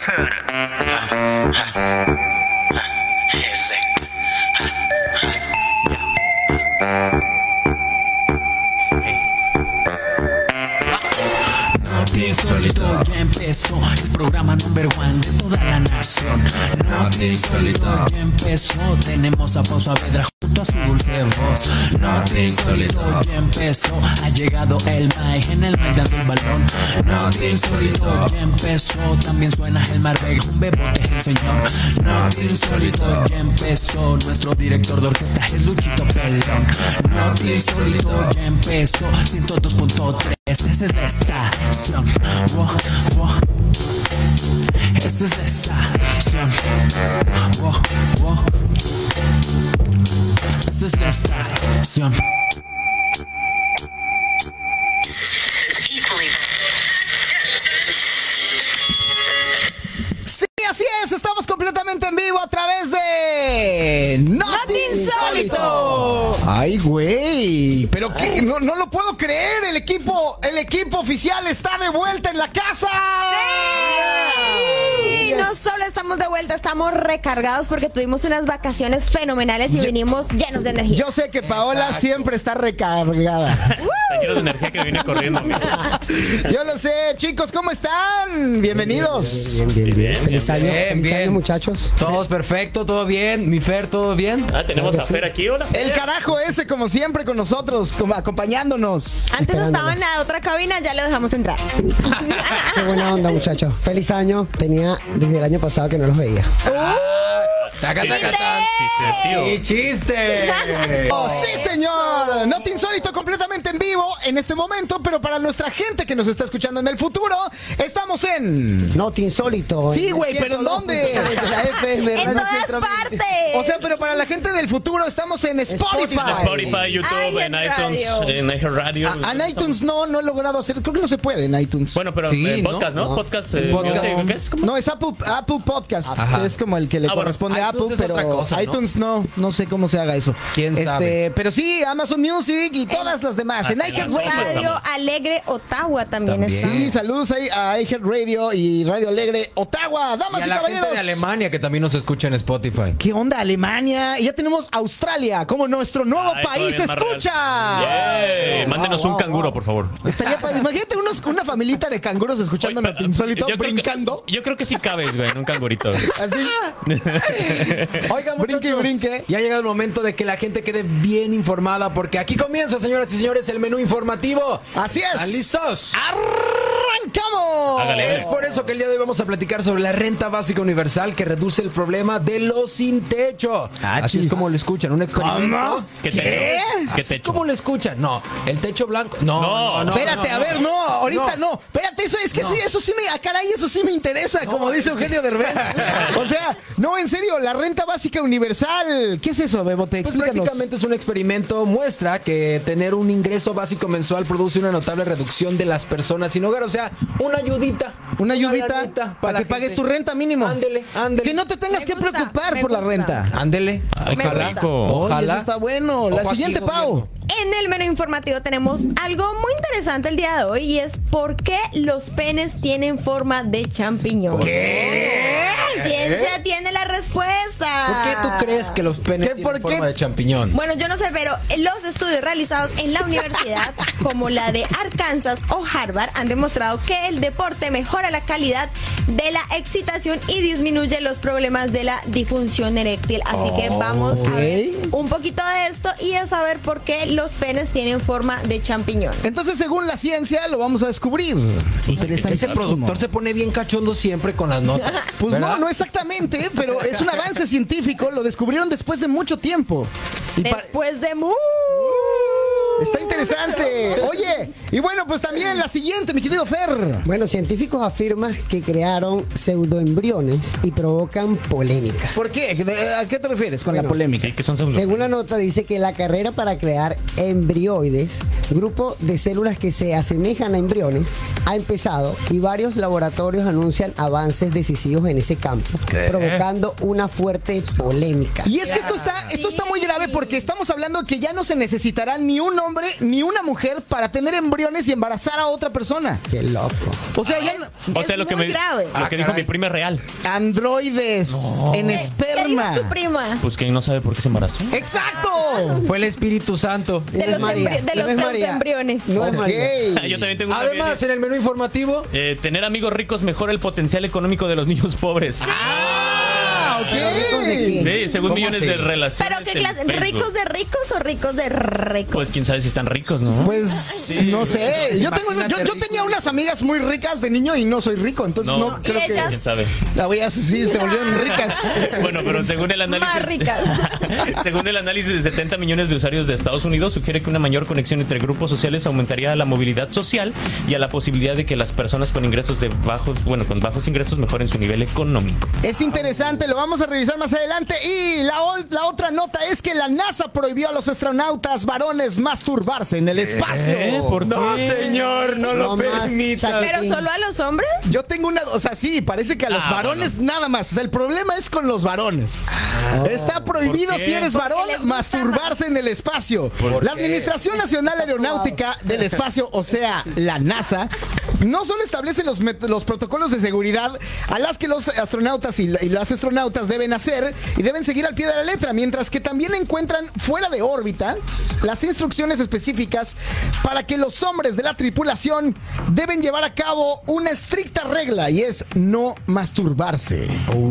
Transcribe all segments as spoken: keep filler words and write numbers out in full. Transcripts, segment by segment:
Insólito, ya empezó el programa number one de toda la nación. No te insólito, ya empezó. Tenemos a Pau Saavedra junto a su dulce voz. No te insólito, ya empezó. Ha llegado el Mike en el medio del balón. No te insólito, ya empezó. También suena el Marvel, un bebote es el señor. No te insólito, ya empezó. Nuestro director de orquesta es Luchito Pelón. No te insólito, ya empezó. ciento dos punto tres, esa es la estación. Wow, wow. Esa es la estación. Wow, wow. Esa es la estación. Sí, así es, estamos completamente en vivo a través de Not Insólito. Ay, güey, pero qué, no, no lo puedo creer, el equipo, el equipo oficial está de vuelta en la casa. Sí, no solo estamos de vuelta, estamos recargados porque tuvimos unas vacaciones fenomenales y yo, vinimos llenos de energía. Yo sé que Paola Exacto. siempre está recargada. Está lleno de energía que viene corriendo. Yo lo sé, chicos, ¿cómo están? Bienvenidos. Bien, bien, bien. bien, bien. Feliz año, bien, feliz bien. año, muchachos. Todos perfecto, todo bien. Mi Fer, todo bien. Ah, tenemos claro a Fer sí. aquí, hola. El carajo ese, como siempre, con nosotros, como acompañándonos. Antes estaba en la otra cabina, ya lo dejamos entrar. Qué buena onda, muchachos. Feliz año. Tenía desde el año pasado que no los veía. Taca, taca, taca. Chiste, tío. ¡Y chiste! Oh, sí, señor. Not Insólito completamente en vivo en este momento, pero para nuestra gente que nos está escuchando en el futuro, estamos en... Not Insólito. Sí, güey, pero ¿en dónde? La F M, En Radio todas Centro veinte. partes. O sea, pero para la gente del futuro estamos en Spotify. Spotify. Spotify, YouTube, en iTunes, en iHeartRadio. A- En iTunes no, no he logrado hacer. Creo que no se puede en iTunes. Bueno, pero Sí, eh, ¿no? podcast, ¿no? No. Podcast, eh, Podcast. music, ¿qué es? ¿Cómo? No, es Apple, Apple Podcast. Ajá. Es como el que le Ah, bueno, corresponde a Apple, iTunes es pero otra cosa, ¿no? iTunes no, no sé cómo se haga eso. ¿Quién Este, sabe? Pero sí, Amazon Music y todas las demás. Ah, En sí, iHeartRadio. las otras. Radio Alegre Ottawa también, También. está. Sí, saludos ahí a iHeartRadio y Radio Alegre Ottawa. Y Damas a y, la caballeros. gente de Alemania que también nos escucha en Spotify. ¿Qué onda, Alemania? Y ya tenemos Australia como nuestro nuevo Ay, país todavía es más escucha. real. Yay. Mándenos Wow, un wow, canguro, wow. por favor. Estaría padre. Imagínate unos, una familita de canguros escuchando Oye, Not Insólito, yo creo que- brincando. yo creo que sí cabes, güey, en un cangurito. Así. Oigan, Brinque y muchachos, brinque. ya ha llegado el momento de que la gente quede bien informada porque aquí comienza, señoras y señores, el menú informativo. Así es. ¿Están listos? ¡Arrancamos! Hágale. Es por eso que el día de hoy vamos a platicar sobre la renta básica universal que reduce el problema de los sin techo. Ah, Así chis. es como lo escuchan, un experimento. ¿Cómo? ¿Qué ¿Qué? techo? ¿Qué Así techo? como lo escuchan. No, el techo blanco. No, No, no, no. Espérate, no, a no. ver, no, ahorita no. No. Espérate, eso es que No. sí, eso sí me, ah, caray, eso sí me interesa, como dice Eugenio Derbez. O sea, no, en serio, la renta básica universal. ¿Qué es eso, Bebote? Pues Explícanos. prácticamente es un experimento, muestra que tener un ingreso básico mensual produce una notable reducción de las personas sin hogar, o sea, una ayudita. Una ayudita lanita para la que pagues gente. tu renta mínimo. Ándele, ándele. Que no te tengas Me que gusta, preocupar me por la gusta. renta. Ándele. Ay, qué Ojalá. rico. Oye, Ojalá. eso está bueno. La Ojo aquí, siguiente, Pau. gobierno. En el menú informativo tenemos algo muy interesante el día de hoy y es por qué los penes tienen forma de champiñón. ¿Qué? La ciencia tiene la respuesta. ¿Por qué tú crees que los penes ¿Qué, tienen por forma qué? de champiñón? Bueno, yo no sé, pero los estudios realizados en la universidad, como la de Arkansas o Harvard, han demostrado que el deporte mejora la calidad de la excitación y disminuye los problemas de la disfunción eréctil. Así que vamos a ver un poquito de esto y a saber por qué los penes tienen forma de champiñón. Entonces, según la ciencia, lo vamos a descubrir. Ese Interesantísimo. productor se pone bien cachondo siempre con las notas. Pues ¿verdad? no, no exactamente, pero es un avance científico. Lo descubrieron después de mucho tiempo. Y pa- Después de mu... Está interesante. Oye, y bueno, pues también la siguiente, mi querido Fer. Bueno, científicos afirman que crearon pseudoembriones y provocan polémicas. ¿Por qué? ¿A qué te refieres con Bueno, la polémica? Sí, que son segundos. Según la nota dice que la carrera para crear embrioides, grupo de células que se asemejan a embriones, ha empezado y varios laboratorios anuncian avances decisivos en ese campo, provocando una fuerte polémica. Y es que esto está, esto está muy grave porque estamos hablando que ya no se necesitará ni un hombre ni una mujer para tener embriones y embarazar a otra persona. Qué loco. O sea, ya no- O sea, Es lo que, muy me, grave. lo Ah, que dijo caray. mi prima es real. androides en ¿Qué esperma. dijo tu prima? Pues que no sabe por qué se embarazó. ¡Exacto! Fue el Espíritu Santo. De los, María. embri- de los No es María. pseudoembriones. No es Ok. María. Yo también tengo una Además, en el menú informativo, eh, tener amigos ricos mejora el potencial económico de los niños pobres. Ah, ¿Pero ricos de quién? Sí, según ¿Cómo millones así? de relaciones. ¿Pero qué en clase? Facebook. ¿Ricos de ricos o ricos de ricos? Pues quién sabe si están ricos, ¿no? Pues no sé. Yo, tengo, yo, yo tenía unas amigas muy ricas de niño y no soy rico, entonces no, No. creo ¿Y que. ellas? quién sabe. La voy a sí, se volvieron ricas. Bueno, pero según el análisis Más ricas. según el análisis de setenta millones de usuarios de Estados Unidos sugiere que una mayor conexión entre grupos sociales aumentaría la movilidad social y a la posibilidad de que las personas con ingresos de bajos, bueno, con bajos ingresos mejoren su nivel económico. Es interesante, lo vamos a revisar más adelante. Y la, ol- la otra nota es que la NASA prohibió a los astronautas varones masturbarse en el espacio. ¿Por no, qué? señor, no, lo No más, permita. ¿Pero solo a los hombres? Yo tengo una, o sea, sí, parece que a los Ah, varones nada más. O sea, el problema es con los varones. Está prohibido ¿Por qué? si eres Porque varón les gusta masturbarse en el espacio. ¿Por La qué? Administración Nacional Aeronáutica del Espacio, o sea, la NASA, no solo establece los, met- los protocolos de seguridad a las que los astronautas y, la- y las astronautas deben hacer y deben seguir al pie de la letra, mientras que también encuentran fuera de órbita las instrucciones específicas para que los hombres de la tripulación deben llevar a cabo una estricta regla y es no masturbarse.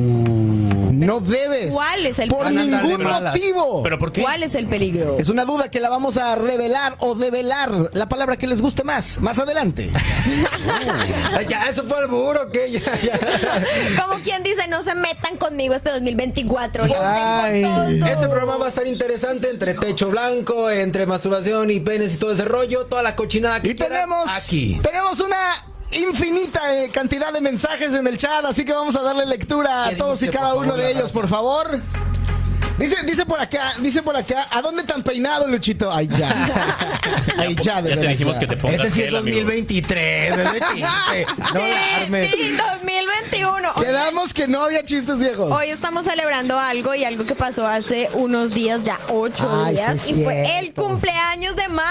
No debes. ¿Cuál es el Por Van a andar de ningún malas. motivo. ¿Pero por qué? ¿Cuál es el peligro? Es una duda que la vamos a revelar o develar. La palabra que les guste más. Más adelante. Ah, ya, eso fue el muro, que ya, ya. Como quien dice, no se metan conmigo este dos mil veinticuatro. Lo Ay. tengo todo. Este programa va a estar interesante entre techo blanco, entre masturbación y penes y todo ese rollo, toda la cochinada que Y quieran, tenemos, aquí. tenemos una infinita eh, cantidad de mensajes en el chat, así que vamos a darle lectura a ¿Qué todos y dice, cada por uno favor, de la ellos, raza? por favor. Dice, dice por acá, dice por acá, ¿a dónde tan peinado, Luchito? Ay, ya. Ay, ya, de Ya te veras, dijimos ya. que te pongas Ese sí es gel, amigo. dos mil veintitrés, bebé chiste. No alarme. Sí, sí, dos mil veintiuno. Oye, Quedamos que no había chistes viejos. hoy estamos celebrando algo y algo que pasó hace unos días, ya ocho Ay, sí días, es y fue el cierto. cumpleaños de Mar.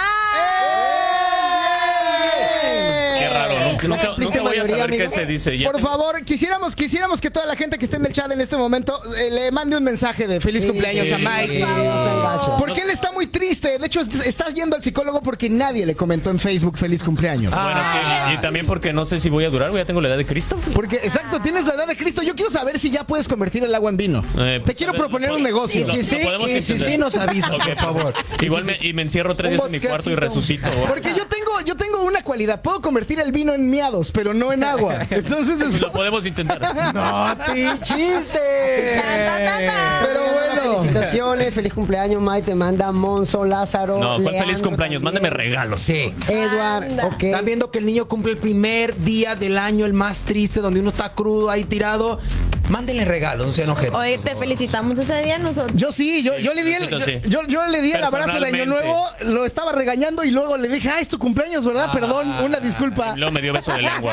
Qué raro, nunca, nunca, cumpliste nunca voy a mayoría, saber qué amigo. se dice. Ya Por te- favor, quisiéramos, quisiéramos que toda la gente que esté en el chat en este momento eh, le mande un mensaje de feliz Sí, cumpleaños sí, a Mike. sí. No sean gachos. Porque él está muy triste. De hecho, est- está yendo al psicólogo porque nadie le comentó en Facebook feliz cumpleaños. Bueno, sí, y, y también porque no sé si voy a durar, ya tengo la edad de Cristo. Porque, exacto, tienes la edad de Cristo. Yo quiero saber si ya puedes convertir el agua en vino. Eh, Te quiero a ver, proponer lo un puedo- negocio. lo- Sí, lo sí, podemos y si intentar. sí nos avisas, Ok, por favor. Igual me, y me encierro tres días en mi cuarto y resucito. Porque yo tengo, yo tengo una cualidad. Puedo convertir el vino en miados, pero no en agua. Entonces es... Lo podemos intentar. ¡No, ti chiste! Ta, ta, ta, ta. Pero bueno. Felicitaciones, feliz cumpleaños, Mike. Te manda Monzo, Lázaro. No, ¿cuál feliz Leandro cumpleaños? también. Mándame regalos. Sí. Edward, Anda. ok. Están viendo que el niño cumple el primer día del año, el más triste, donde uno está crudo ahí tirado. Mándenle regalos, no sean ojetes. Oye, te felicitamos ese día nosotros. Yo sí, yo, yo le di el, Yo sí. yo, yo le di el abrazo de Año Personalmente. Nuevo, lo estaba regañando y luego le dije, ah, es tu cumpleaños, ¿verdad? Perdón, una disculpa. Y luego me dio beso de lengua.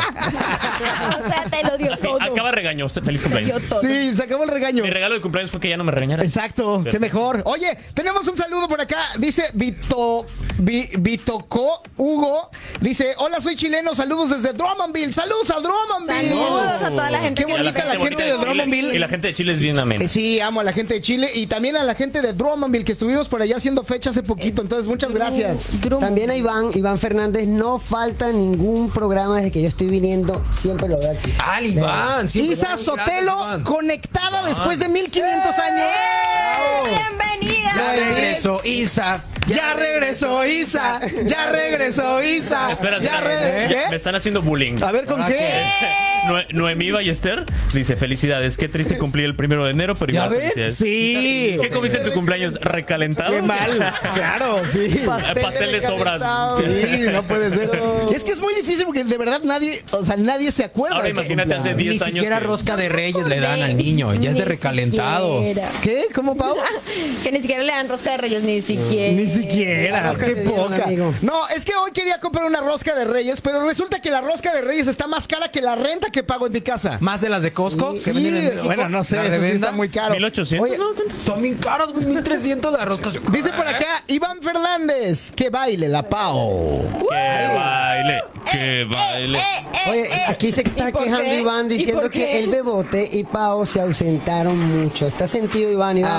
O sea, te lo dio Así, todo. acaba regaño. Feliz Te dio cumpleaños. todo. Sí, se acabó el regaño. Mi regalo de cumpleaños fue que ya no me regañara. Exacto, qué Perfecto. mejor. Oye, tenemos un saludo por acá. Dice Vito, Vi- Vitoco Hugo. Dice, hola, soy chileno. Saludos desde Drummondville. Saludos a Drummondville. Saludos a toda la gente Qué que Y a bonita la gente bonita de Chile. Drummondville. Y la gente de Chile es bien amena. Eh, Sí, amo a la gente de Chile y también a la gente de Drummondville que estuvimos por allá haciendo fecha hace poquito. Entonces, muchas gracias. Grum. También a Iván, Iván Fernández, no falta ningún programa desde que yo estoy viniendo, siempre lo veo aquí. Ah, Iván. siempre Isa damos Sotelo gracias, Iván. conectada después de mil quinientos años. ¡Eh! ¡Bienvenida! Ya regresó Isa. Ya regresó Isa, ya regresó Isa. Espera, ya espera. re- ¿Qué? Me están haciendo bullying. A ver, ¿con ¿Ahora qué? Noe- Noemí Ballester dice, felicidades, qué triste cumplir el primero de enero, pero ¿Ya igual ves? felicidades. Sí. ¿Qué comiste en tu cumpleaños? ¿Recalentado? Qué mal, claro, sí. Pastel, pastel de sobras. Sí, no puede ser. Es que es muy difícil porque de verdad nadie, o sea, nadie se acuerda. Ahora de tu imagínate hace cumpleaños. Ni diez años. siquiera que- rosca de reyes le dan al niño. Ya es de Ni recalentado. siquiera. ¿Qué? ¿Cómo, Pau? Que ni siquiera le dan rosca de reyes, ni siquiera. Ni siquiera, qué te dieron, poca. amigo. No, es que hoy quería comprar una rosca de Reyes, pero resulta que la rosca de Reyes está más cara que la renta que pago en mi casa. ¿Más de las de Costco? Sí, que venden en México? bueno, no sé, ¿La eso sí revenda? está muy caro. mil ochocientos. Oye, son bien caros, güey, mil trescientos las roscas. Dice por acá, Iván Fernández, que baile la Pau. Que baile, que baile. Oye, aquí se está ¿Y por quejando qué? Iván ¿Y diciendo por que qué? el Bebote y Pau se ausentaron mucho. ¿Está sentido, Iván? Iván?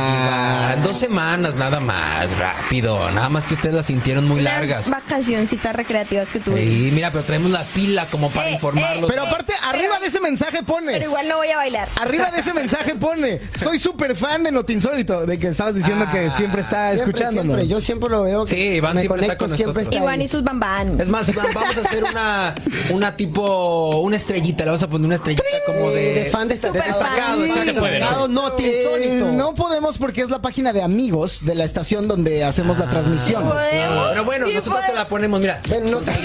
Ay, Iván, dos semanas nada más, rápido. Nada más que ustedes las sintieron muy Unas largas. vacacioncitas recreativas que tuve. Sí, mira, pero traemos la pila como para Eh, informarlos. Pero aparte, arriba de ese mensaje pone. Pero igual no voy a bailar. Arriba de ese mensaje pone, soy súper fan de Notinsólito, de que estabas diciendo Ah, que siempre está Siempre, escuchándonos. siempre. Yo siempre lo veo. que Sí, Iván me siempre está conecto, con siempre nosotros. está Iván ahí. y sus bambán. Es más, Iván, vamos a hacer una, una tipo, una estrellita. Le vamos a poner una estrellita como de... De fan de esta Super destacado, fan. está Sí, se puede, ¿no? destacado, Notinsólito. Eh, no podemos porque es la página de amigos de la estación donde hacemos la transmisión. Podemos. Pero bueno, Sí, nosotros te podemos. la ponemos, mira. Ven, no te-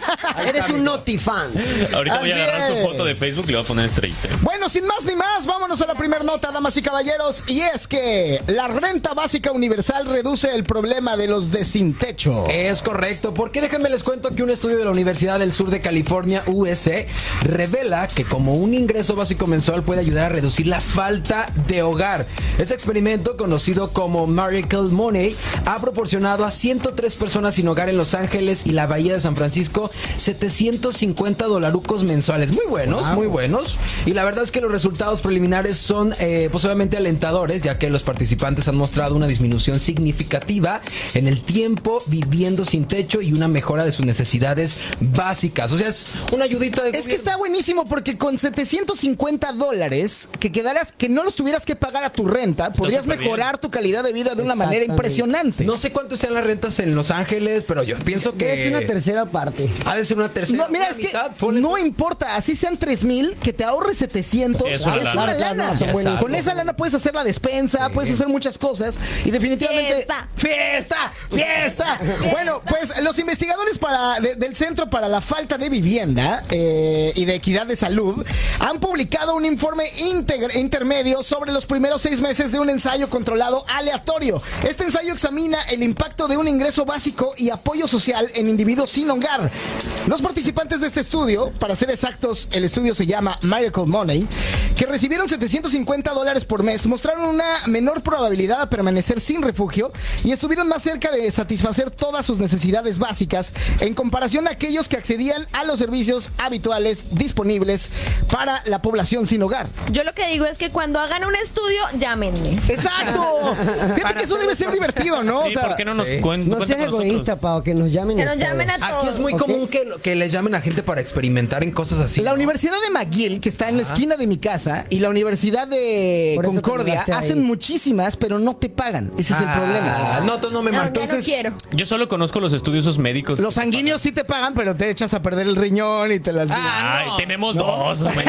Eres un Notifan. Ahorita voy a Así agarrar es. su foto de Facebook y le voy a poner estrellita. Bueno, sin más ni más, vámonos a la primera nota, damas y caballeros. Y es que la renta básica universal reduce el problema de los de sin techo. Es correcto, porque déjenme les cuento que un estudio de la Universidad del Sur de California, U S C, revela que como un ingreso básico mensual puede ayudar a reducir la falta de hogar. Este experimento, conocido como Miracle Money, ha proporcionado a ciento tres personas sin hogar en Los Ángeles y la Bahía de San Francisco setecientos cincuenta dolarucos mensuales. Muy buenos, muy buenos. Y la verdad es que los resultados preliminares son eh, pues obviamente alentadores, ya que los participantes han mostrado una disminución significativa en el tiempo viviendo sin techo y una mejora de sus necesidades básicas. O sea, es una ayudita de Es que gobierno. está buenísimo porque con setecientos cincuenta dólares que quedaras, que no los tuvieras que pagar a tu renta, podrías súper mejorar tu calidad de vida de una manera Exactamente. impresionante. No sé cuánto sean las rentas en Los Ángeles, pero yo pienso que Es una tercera parte. ha de ser una tercera. No, mira, una es que mitad, ponle no tú. importa, así sean tres mil, que te ahorres setecientos, Es una lana. lana. Son buenísimos. Con esa lana puedes hacer la despensa, puedes hacer muchas cosas y definitivamente... Fiesta. ¡Fiesta! ¡Fiesta! Bueno, pues los investigadores para, de- del Centro para la Falta de Vivienda eh, y de Equidad de Salud han publicado un informe integr- intermedio sobre los primeros seis meses de un ensayo controlado aleatorio. Este ensayo examina el impacto de un ingreso básico y apoyo social en individuos sin hogar. Los participantes de este estudio, para ser exactos, el estudio se llama Miracle Money, que recibieron setecientos cincuenta dólares por mes, mostraron una menor probabilidad de permanecer sin refugio y estuvieron más cerca de satisfacer todas sus necesidades básicas en comparación a aquellos que accedían a los servicios habituales disponibles para la población sin hogar. Yo lo que digo es que cuando hagan un estudio, llámenme. ¡Exacto! Fíjate que eso debe ser divertido, ¿no? Sí, ¿por qué no nos sí. cuen- No cuentan seas con nosotros? egoísta, Pau, que nos llamen. Que a nos todos. llamen a todos. Aquí es muy Ok. común que, que les llamen a gente para experimentar en cosas así. La ¿no? Universidad de McGill, que está en la esquina de mi casa, y la Universidad de Por eso te Concordia mudaste ahí. hacen muchísimas, pero no te pagan. Ese es el Ah, problema. No, entonces no me No, marcó. ya no quiero. Yo solo conozco los estudios esos médicos. Los sanguíneos sí te pagan, pero te echas a perder el riñón y te las... Ay, tenemos dos. güey.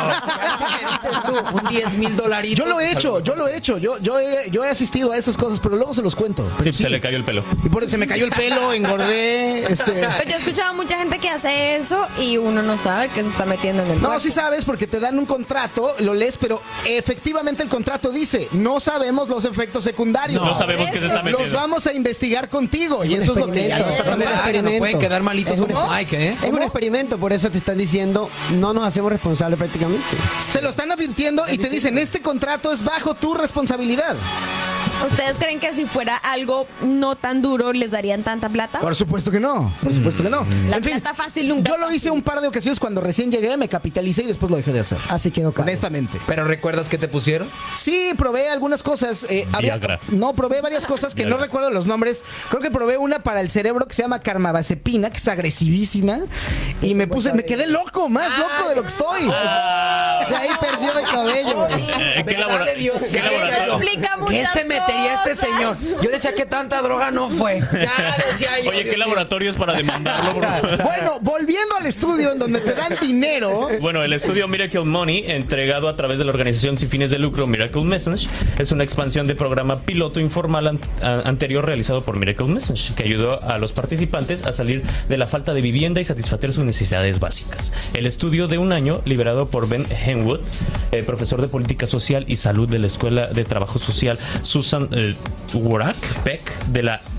Dices tú, un diez mil dolaritos. Yo lo he hecho, yo lo he hecho, yo, yo, he, yo he asistido a esas cosas, pero luego se los cuento. Pero Sí, sí. se le cayó el pelo. Y por eso se me cayó el pelo, engordé, este... Pero yo he escuchado a mucha gente que hace eso y uno no sabe que se está metiendo en el No, cuerpo. sí sabes, porque te dan un contrato, lo lees, pero efectivamente el contrato dice, no sabemos los efectos secundarios. No sabemos qué se está Los metiendo. vamos a investigar contigo. Y eso es lo que ya no está experimento. tan Ah, que no pueden quedar malitos Es un- como Mike, ¿eh? Es un experimento, por eso te están diciendo, no nos hacemos responsables prácticamente. Se lo están advirtiendo y te dicen, este contrato es bajo tu responsabilidad. ¿Ustedes creen que si fuera algo no tan duro les darían tanta plata? Por supuesto que no, por supuesto que no. La En fin, plata fácil nunca. yo lo hice un par de ocasiones cuando recién llegué, me capitalicé y después lo dejé de hacer. Así quedó claro. Honestamente. Pero ¿recuerdas qué te pusieron? Sí, probé algunas cosas. eh, había- Viagra. no, probé varias cosas que no Viagra. recuerdo los nombres. Creo que probé una para el cerebro que se llama carbamazepina, que es agresivísima. Y me puse, me quedé loco, más loco de lo que estoy. De ahí perdió el cabello. güey. Eh, ¿Qué, ¿Verdad labora- de Dios? ¿Qué ¿Qué laboratorio? explica ¿Qué muchas se metería este cosas. señor? Yo decía que tanta droga no fue. Ya decía yo. Oye, ¿qué Dios mío. laboratorio es para demandarlo? bro? Bueno, volviendo al estudio en donde te dan dinero. Bueno, el estudio Miracle Money, entregado a través de la organización sin fines de lucro Miracle Message, es una expansión de programa piloto informal an- a- anterior realizado por Miracle Message, que ayudó a los participantes a salir de la falta de vivienda y satisfacer sus necesidades básicas. El estudio de un año, liberado por Ben Henwood, eh, profesor de Política Social y Salud de la Escuela de Trabajo Social Susan eh, Worak Peck de la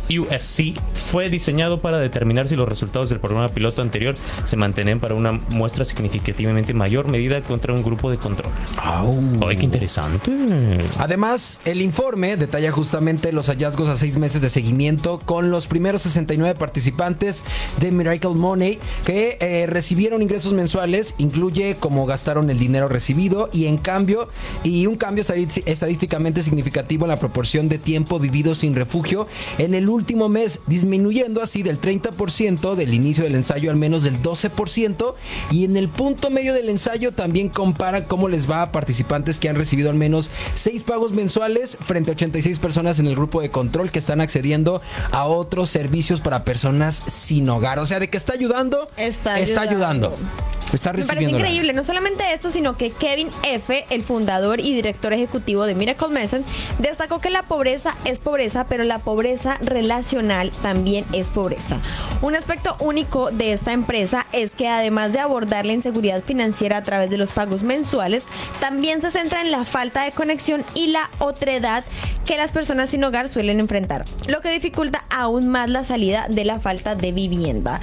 U S C fue diseñado para determinar si los resultados del programa piloto anterior se mantienen para una muestra significativamente mayor medida contra un grupo de control. Oh. ¡Ay, qué interesante! Además, el informe detalla justamente los hallazgos a seis meses de seguimiento con los primeros sesenta y nueve participantes de Miracle Money que eh, recibieron ingresos mensuales. Incluye cómo gastaron el dinero recibido y en cambio y un cambio estadísticamente significativo en la proporción de tiempo vivido sin refugio en el último mes, disminuyendo así del treinta por ciento del inicio del ensayo al menos del doce por ciento, y en el punto medio del ensayo también compara cómo les va a participantes que han recibido al menos seis pagos mensuales frente a ochenta y seis personas en el grupo de control que están accediendo a otros servicios para personas sin hogar. O sea, de que está ayudando, Está está ayudando. ayudando. Está Me parece recibiendo. increíble, no solamente esto, sino que Kevin F., el fundador y director ejecutivo de Miracle Medicine, destacó que la pobreza es pobreza, pero la pobreza relacional también es pobreza. Un aspecto único de esta empresa es que además de abordar la inseguridad financiera a través de los pagos mensuales, también se centra en la falta de conexión y la otredad que las personas sin hogar suelen enfrentar, lo que dificulta aún más la salida de la falta de vivienda.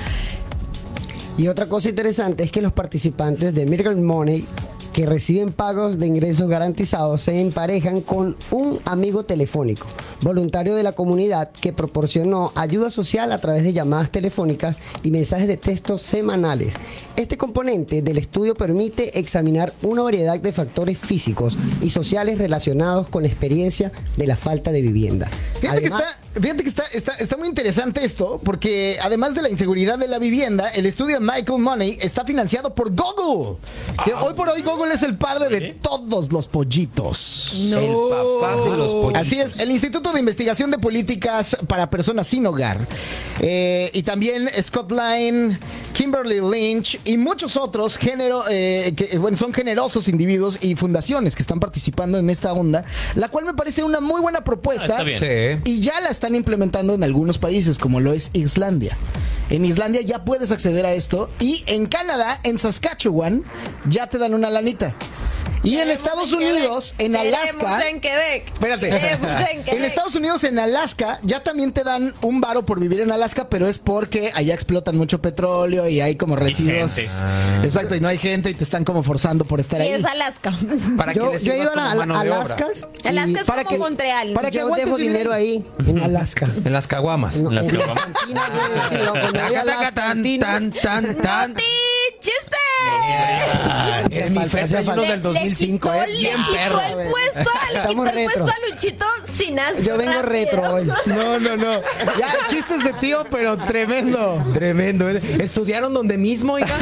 Y otra cosa interesante es que los participantes de Miracle Money que reciben pagos de ingresos garantizados se emparejan con un amigo telefónico, voluntario de la comunidad, que proporcionó ayuda social a través de llamadas telefónicas y mensajes de texto semanales. Este componente del estudio permite examinar una variedad de factores físicos y sociales relacionados con la experiencia de la falta de vivienda. Fíjate Además, que, está, fíjate que está, está, está muy interesante esto, porque además de la inseguridad de la vivienda, el estudio Miracle Money está financiado por Google. Que hoy por hoy Google es el padre de todos los pollitos. El papá de los pollitos. Así es, el Instituto de Investigación de Políticas para Personas Sin Hogar, eh, y también Scott Line, Kimberly Lynch y muchos otros género, eh, que bueno, son generosos individuos y fundaciones que están participando en esta onda, la cual me parece una muy buena propuesta. Ah, está bien. Sí. Y ya la están implementando en algunos países, como lo es Islandia. En Islandia ya puedes acceder a esto, y en Canadá, en Saskatchewan, ya te dan una lanita. Y en Estados Unidos, en Alaska... Queremos en Quebec. Espérate. Queremos en En Quebec. Estados Unidos, en Alaska, ya también te dan un varo por vivir en Alaska, pero es porque allá explotan mucho petróleo y hay como residuos. gente. Exacto, y no hay gente y te están como forzando por estar Y ahí. es Alaska. Para que yo, les yo he sirvas ido a, como mano a de obra. Alaska. y Alaska es para como que- Montreal. para que yo aguantes dejo vivir dinero ahí, en Alaska. En las caguamas. No, Las en caguamas. Argentina, yo sí, no, cuando voy a Taca, taca, las tan, cantinas, tan, tan, tan. ¡Sí, chiste! En mi falta, fecha hay hace unos falta. del dos mil cinco, Le eh. quitó- Bien le quitó perro. el puesto, le Estamos quitó el retro. puesto a Luchito sin asco. Yo vengo rápido. retro hoy. No, no, no. Ya, chistes de tío, pero tremendo. Tremendo. ¿eh? ¿Estudiaron donde mismo, oiga?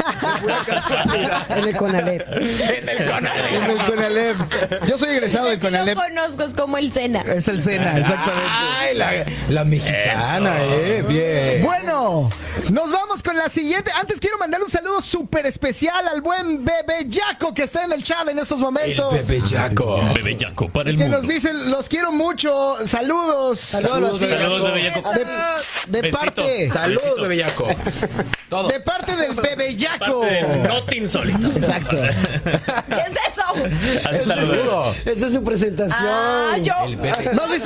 En el Conalep. En el canal. En el Conalep. Yo soy egresado del Ese sí Conalep. lo conozco, es como el Sena. Es el Sena, exactamente. Ay, la, la mexicana, Eso. eh. Bien. Bueno, nos vamos con la siguiente. Antes quiero mandar un saludo súper especial al buen Bebellaco que está en el chat en estos momentos. El Bebellaco. Bebellaco para el Que mundo. nos dicen, los quiero mucho. Saludos. Saludos, así. Saludos, Bebellaco. De, de Besito. parte. Saludos, Bebellaco. Todo. De parte del Bebellaco. Parte del Not Insólito. Exacto. ¿Qué es eso? Al saludo. Esa es su presentación. Ah, yo. El Pepe. ¿No has visto?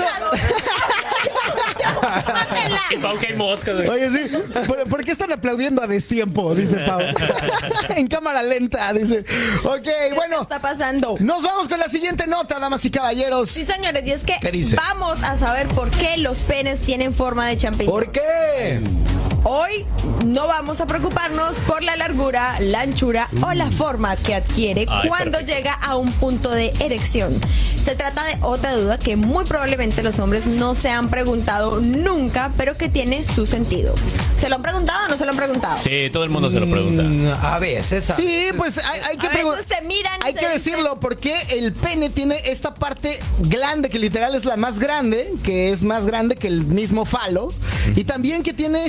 Mátela. Y Pau, que hay moscas. güey. Oye, sí. ¿Por, por qué están aplaudiendo a destiempo? Dice Pau. En cámara lenta, dice. Ok, ¿Qué bueno. está pasando? Nos vamos con la siguiente nota, damas y caballeros. Sí, señores, y es que ¿Qué dice? vamos a saber por qué los penes tienen forma de champiñón. ¿Por qué? Hoy no vamos a preocuparnos por la largura, la anchura o la forma que adquiere Ay, cuando perfecto. llega a un punto de erección. Se trata de otra duda que muy probablemente los hombres no se han preguntado nunca, pero que tiene su sentido. ¿Se lo han preguntado o no se lo han preguntado? Sí, todo el mundo se lo pregunta. Mm, a veces. Sí, pues hay, hay que A veces pregun- se miran y Hay se que dicen- decirlo, porque el pene tiene esta parte glande, que literal es la más grande, que es más grande que el mismo falo, y también que tiene esta como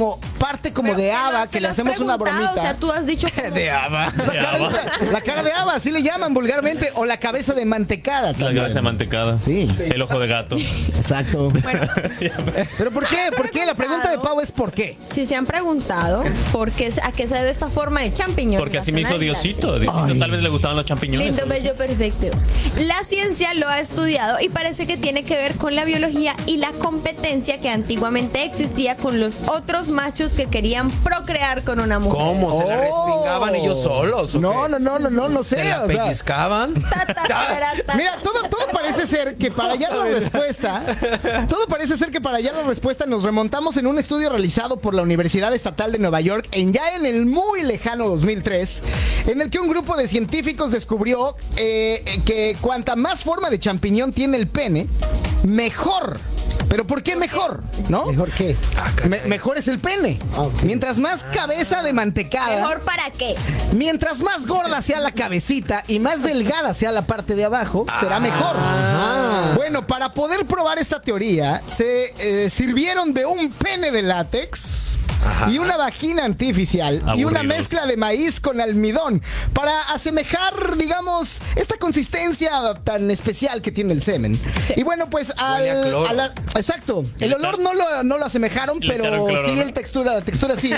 como parte como de Ava, que le hacemos una bromita. O sea, tú has dicho como... De Ava. La, carita, la cara de Ava, así le llaman vulgarmente, o la cabeza de mantecada. La también. cabeza de mantecada. Sí. El ojo de gato. Exacto. Bueno, ¿Pero por qué? ¿Por qué? La pregunta de Pau es ¿por qué? si se han preguntado por qué, a qué se debe esta forma de champiñón. Porque así me hizo relacionada al Diosito. Diosito Ay. tal vez le gustaban los champiñones. Lindo, bello, perfecto. La ciencia lo ha estudiado y parece que tiene que ver con la biología y la competencia que antiguamente existía con los otros machos que querían procrear con una mujer. ¿Cómo? ¿Se la Oh. respingaban ellos solos? ¿o No, qué? no, no, no, no, no sé. ¿Se la o sea, pellizcaban? Ta, ta, ta, ta. mira, todo, todo parece ser que para hallar la respuesta, todo parece ser que para hallar la respuesta nos remontamos en un estudio realizado por la Universidad Estatal de Nueva York en ya en el muy lejano dos mil tres, en el que un grupo de científicos descubrió eh, que cuanta más forma de champiñón tiene el pene, mejor. ¿Pero por qué mejor? ¿No? ¿Mejor qué? Me- mejor es el pene. Ok. Mientras más cabeza de mantecada, ¿Mejor para qué? mientras más gorda sea la cabecita y más delgada sea la parte de abajo, será mejor. Bueno, para poder probar esta teoría, se eh, sirvieron de un pene de látex y una vagina artificial y una Aburrido. mezcla de maíz con almidón para asemejar, digamos, esta consistencia tan especial que tiene el semen. Y bueno, pues al, Huele a cloro. a la- exacto, el Le olor echaron- no lo, no lo asemejaron, Le echaron pero cloro, sí ¿no? el textura, la textura sí.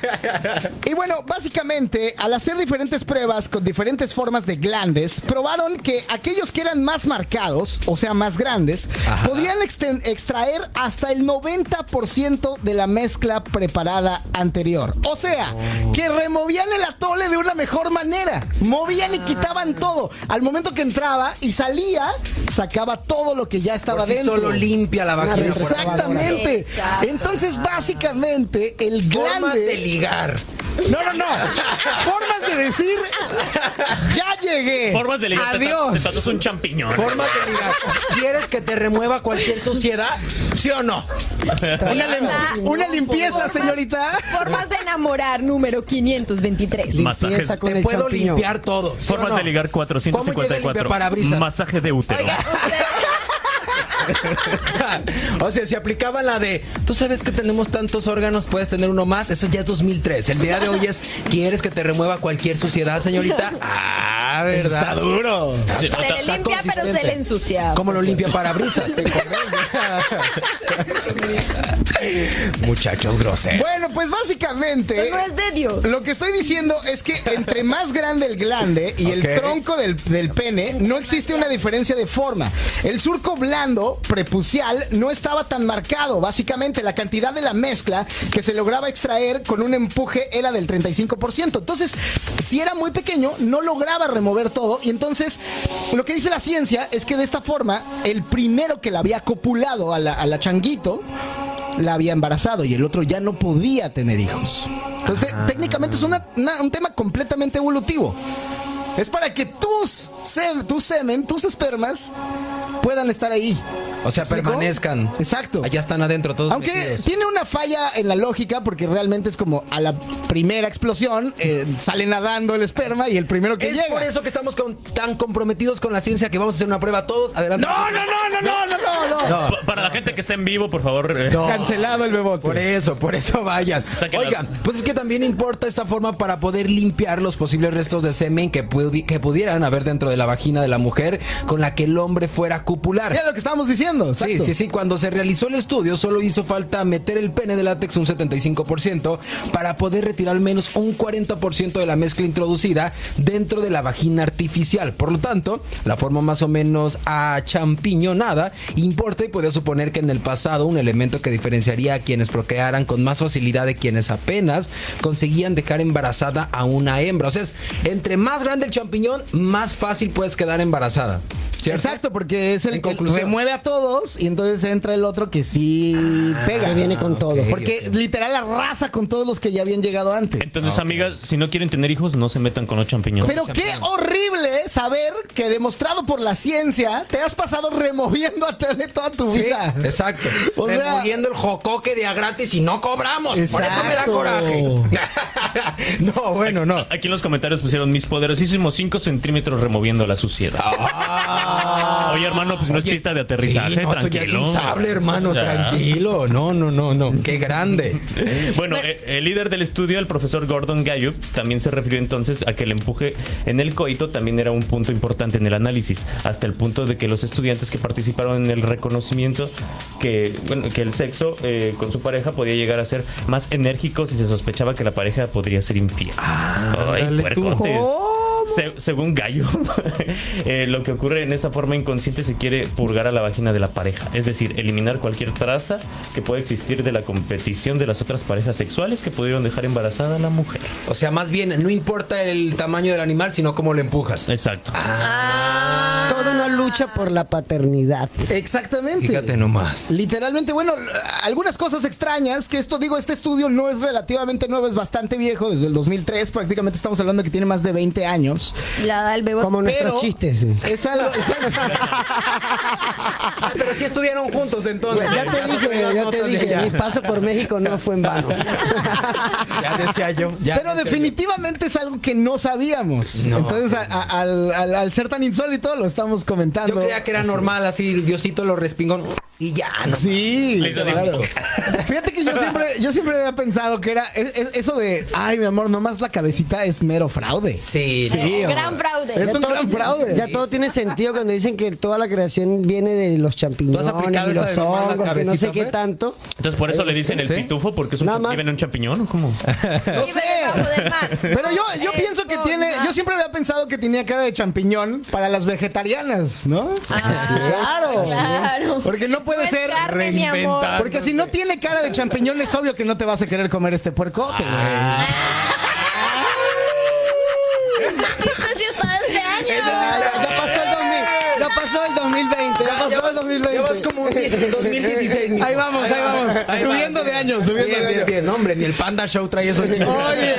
Y bueno, básicamente, al hacer diferentes pruebas con diferentes formas de glandes, probaron que aquellos que eran más marcados, o sea, más grandes, podrían exten- extraer hasta el noventa por ciento de la mezcla preparada anterior. O sea, que removían el atole de una mejor manera. Movían y quitaban todo. Al momento que entraba y salía, sacaba todo lo que ya estaba Por sí dentro. solo limpia la vagina. por abajo. Exactamente. Exacto. Entonces, básicamente, el Formas glande... de ligar. No, no, no. Formas de decir, ya llegué. Formas de ligar. Adiós. Esto es un champiñón. Formas de ligar. ¿Quieres que te remueva cualquier suciedad? ¿Sí o no? Una, lim- una limpieza, señorita. Formas de enamorar, número quinientos veintitrés. Masajes. Limpieza con Te el puedo champiñón. limpiar todo. ¿sí o Formas no? de ligar cuatrocientos cincuenta y ¿Cómo llega el cuatro. limpiaparabrisas? Masaje de útero. Oiga, usted- O sea, si aplicaban la de, tú sabes que tenemos tantos órganos, puedes tener uno más, eso ya es dos mil tres. El día de hoy es, ¿quieres que te remueva cualquier suciedad, señorita? Ah, ¿verdad? Está duro. Sí, se otra- le limpia, pero se consistente. le ensucia. ¿Cómo lo limpia parabrisas? Te convengo. Muchachos groseros. Bueno, pues básicamente. Pero no es de Dios. Lo que estoy diciendo es que entre más grande el glande y el Ok. tronco del, del pene, no existe una diferencia de forma. El surco blando prepucial no estaba tan marcado. Básicamente, la cantidad de la mezcla que se lograba extraer con un empuje era del treinta y cinco por ciento. Entonces, si era muy pequeño, no lograba remover todo. Y entonces, lo que dice la ciencia es que de esta forma, el primero que la había copulado a la, a la changuito la había embarazado y el otro ya no podía tener hijos. Entonces, te- técnicamente es una- una- un tema completamente evolutivo. Es para que tus, sem- tu semen, tus espermas puedan estar ahí. O sea, ¿Me explico? permanezcan. Exacto. Allá están adentro todos Aunque metidos. tiene una falla en la lógica porque realmente es como a la primera explosión eh, sale nadando el esperma y el primero que Es llega. por eso que estamos con- tan comprometidos con la ciencia que vamos a hacer una prueba todos. Adelante. No, no, no, no, no, no, no, no. No. Pa- Para la gente que está en vivo, por favor. eh, Cancelado el bebote. Por eso, por eso vayas. Sáquenla. Oigan, pues es que también importa esta forma para poder limpiar los posibles restos de semen que, pudi- que pudieran haber dentro de la vagina de la mujer con la que el hombre fuera a copular. Mira lo que estábamos diciendo. Sí, exacto. sí, sí. Cuando se realizó el estudio, solo hizo falta meter el pene de látex un setenta y cinco por ciento para poder retirar al menos un cuarenta por ciento de la mezcla introducida dentro de la vagina artificial. Por lo tanto, la forma más o menos achampiñonada importa y podía suponer que en el pasado un elemento que diferenciaría a quienes procrearan con más facilidad de quienes apenas conseguían dejar embarazada a una hembra. O sea, es, entre más grande el champiñón, más fácil puedes quedar embarazada. ¿Cierto? Exacto, porque es el En que conclusión. remueve a todos y entonces entra el otro que sí pega. Que viene con todo. ok. Porque literal arrasa con todos los que ya habían llegado antes. Entonces, amigas, si no quieren tener hijos, no se metan con los champiñones. Pero qué horrible saber que demostrado por la ciencia te has pasado removiendo a tele toda tu Sí, vida. exacto. O sea- Removiendo el jocoque de a gratis y no cobramos. Por eso me da Exacto. coraje. No, bueno, no. Aquí en los comentarios pusieron mis poderosísimos cinco centímetros removiendo la suciedad. Ah, Oye, hermano, pues no es Oye, pista de aterrizaje, sí, no, eso tranquilo. ya es un sable, hermano, Ya. tranquilo. No, no, no, no. Qué grande. Bueno, eh, el líder del estudio, el profesor Gordon Gallup, también se refirió entonces a que el empuje en el coito también era un punto importante en el análisis, hasta el punto de que los estudiantes que participaron en el reconocimiento que, bueno, que el sexo eh, con su pareja podía llegar a ser más enérgico si se sospechaba que la pareja podría ser infiel. Ay, dale tú. puercotes. Se- según Gallo, eh, lo que ocurre en esa forma inconsciente se quiere purgar a la vagina de la pareja, es decir, eliminar cualquier traza que pueda existir de la competición de las otras parejas sexuales que pudieron dejar embarazada a la mujer. O sea, más bien, no importa el tamaño del animal, sino cómo lo empujas. Exacto. Toda una lucha por la paternidad. Exactamente. Fíjate nomás. Literalmente, bueno, algunas cosas extrañas, que esto, digo, este estudio no es relativamente nuevo, es bastante viejo, desde el dos mil tres, prácticamente estamos hablando que tiene más de veinte años. La da el bebo. Como Pero nuestros chistes. sí. Es algo, es algo- Ah, pero sí estudiaron juntos entonces. Ya te dije, ya te dije, mi paso por México no fue en vano. Ya decía yo. ya Pero decía definitivamente es algo que no sabíamos. No. Entonces, a- a- al, al- al ser tan insólito, lo estamos yo. comentando. Yo creía que era normal, así, Diosito lo respingó y ya. No. Sí, Le hizo claro. así. Fíjate que yo siempre, yo siempre había pensado que era es- es- eso de, ay, mi amor, nomás la cabecita es mero fraude. Sí, Sí, no. Gran fraude. Es un todo- gran fraude. Ya todo tiene sentido cuando dicen que toda la creación viene de los champiñones ¿Tú has aplicado y esa los de nomás la hongos, que no cabecita, sé qué Fer? tanto. Entonces por eso le dicen el ¿Sí? pitufo, porque es un Nada cha- más. vive en un champiñón, ¿o cómo? No Vive debajo del mar. Pero yo, yo Es pienso que como tiene, mar. yo siempre había pensado que tenía cara de champiñón para las vegetarianas, ¿no? Ah, claro. claro. Porque no puede No es ser carne, mi amor. reinventar. Porque si no tiene cara de champiñón es obvio que no te vas a querer comer este puercote, güey. Ese chiste sí está de este año. Ya, ya pasó el dos mil, ya pasó el dos mil veinte, ya pasó el dos mil veinte. Ya vas como un diez- dos mil dieciséis. mijo. Ahí vamos, ahí vamos. Ahí Subiendo vamos. de años, subiendo Bien, de bien, años. bien. No, hombre, ni el Panda Show trae esos chistes.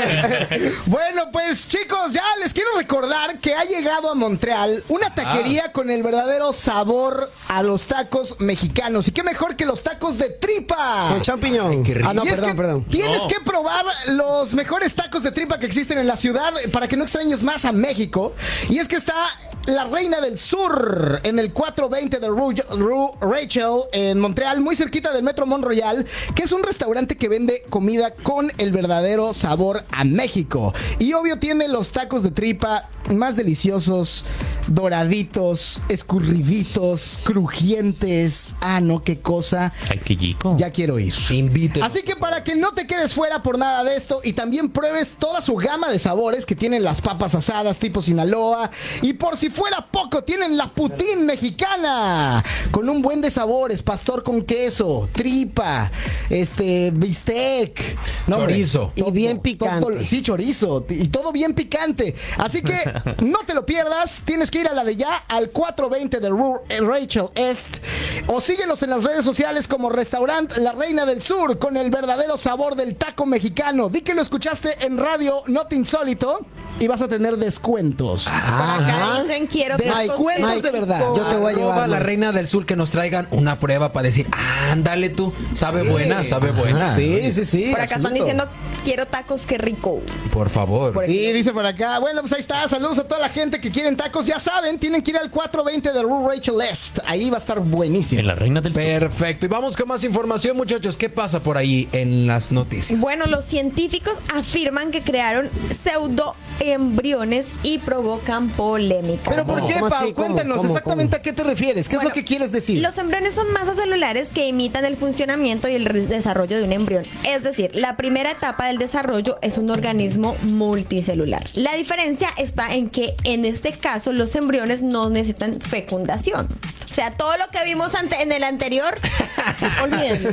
Oye, bueno, pues chicos, ya les quiero recordar que ha llegado a Montreal una taquería con el verdadero sabor a los tacos mexicanos. Y qué mejor que los tacos de tripa. Con champiñón. Ay, qué rico. Ah, no, Y es perdón, que perdón. Tienes No. que probar los mejores tacos de tripa que existen en la ciudad para que no extrañes más a México. Y es que está la Reina del Sur en el cuatrocientos veinte de Rue, Rue Rachel en Montreal, muy cerquita del Metro Mont Royal, que es un restaurante que vende comida con el verdadero sabor a México. Y obvio tiene los tacos de tripa más deliciosos, doraditos, escurriditos, crujientes. Ah, no, qué cosa. Ay, qué chico. Ya quiero ir. Invite. Así que para que no te quedes fuera por nada de esto y también pruebes toda su gama de sabores que tienen las papas asadas tipo Sinaloa, y por si fuera poco tienen la putín mexicana con un buen de sabores, pastor con queso, tripa, este bistec, no, hombre, Chorizo. Y bien picante. todo- sí, chorizo y todo bien picante. Así que no te lo pierdas, tienes que ir a la de ya al cuatrocientos veinte de Rue Rachel Est o síguelos en las redes sociales como Restaurant La Reina del Sur con el verdadero sabor del taco mexicano. Di que lo escuchaste en Radio Not Insólito y vas a tener descuentos. Por acá dicen quiero Descuentos tacos de verdad. Yo te voy a Arroba llevar. la Mike. Reina del Sur que nos traigan una prueba para decir, ándale tú, sabe buena, sabe buena. Sí, sí, sí. Por acá están absoluto. diciendo quiero tacos, qué rico. Por favor. Sí, dice por acá. Bueno, pues ahí está. Saludos a toda la gente que quieren tacos. Ya saben, tienen que ir al cuatrocientos veinte de Rue Rachel Est. Ahí va a estar buenísimo. En la Reina del Sur. Perfecto. Y vamos con más información, muchachos. ¿Qué pasa por ahí en las noticias? Bueno, los científicos afirman que crearon pseudoembriones y provocan polémica. ¿Pero por qué, ¿Cómo Pau? así? ¿Cómo? Cuéntanos ¿Cómo? exactamente a qué te refieres. ¿Qué Bueno, es lo que quieres decir? Los embriones son masas celulares que imitan el funcionamiento y el re- desarrollo de un embrión. Es decir, la primera etapa del desarrollo es un organismo multicelular. La diferencia está en que en este caso los embriones no necesitan fecundación. O sea, todo lo que vimos ante- en el anterior, olvídenlo.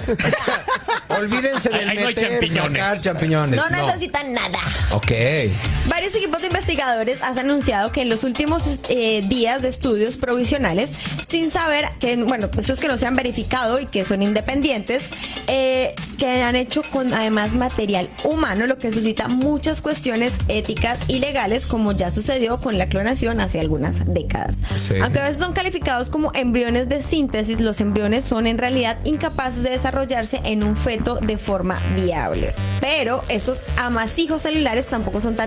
Olvídense de Ahí- ahí no hay meter, champiñones. sacar champiñones. No necesitan nada. Ok. Varios equipos de investigadores han anunciado que en los últimos eh, días de estudios provisionales, sin saber que, bueno, estos que no se han verificado y que son independientes, eh, que han hecho con además material humano, lo que suscita muchas cuestiones éticas y legales, como ya sucedió con la clonación hace algunas décadas. Sí. Aunque a veces son calificados como embriones de síntesis, los embriones son en realidad incapaces de desarrollarse en un feto de forma viable. Pero estos amasijos celulares tampoco son tan totalmente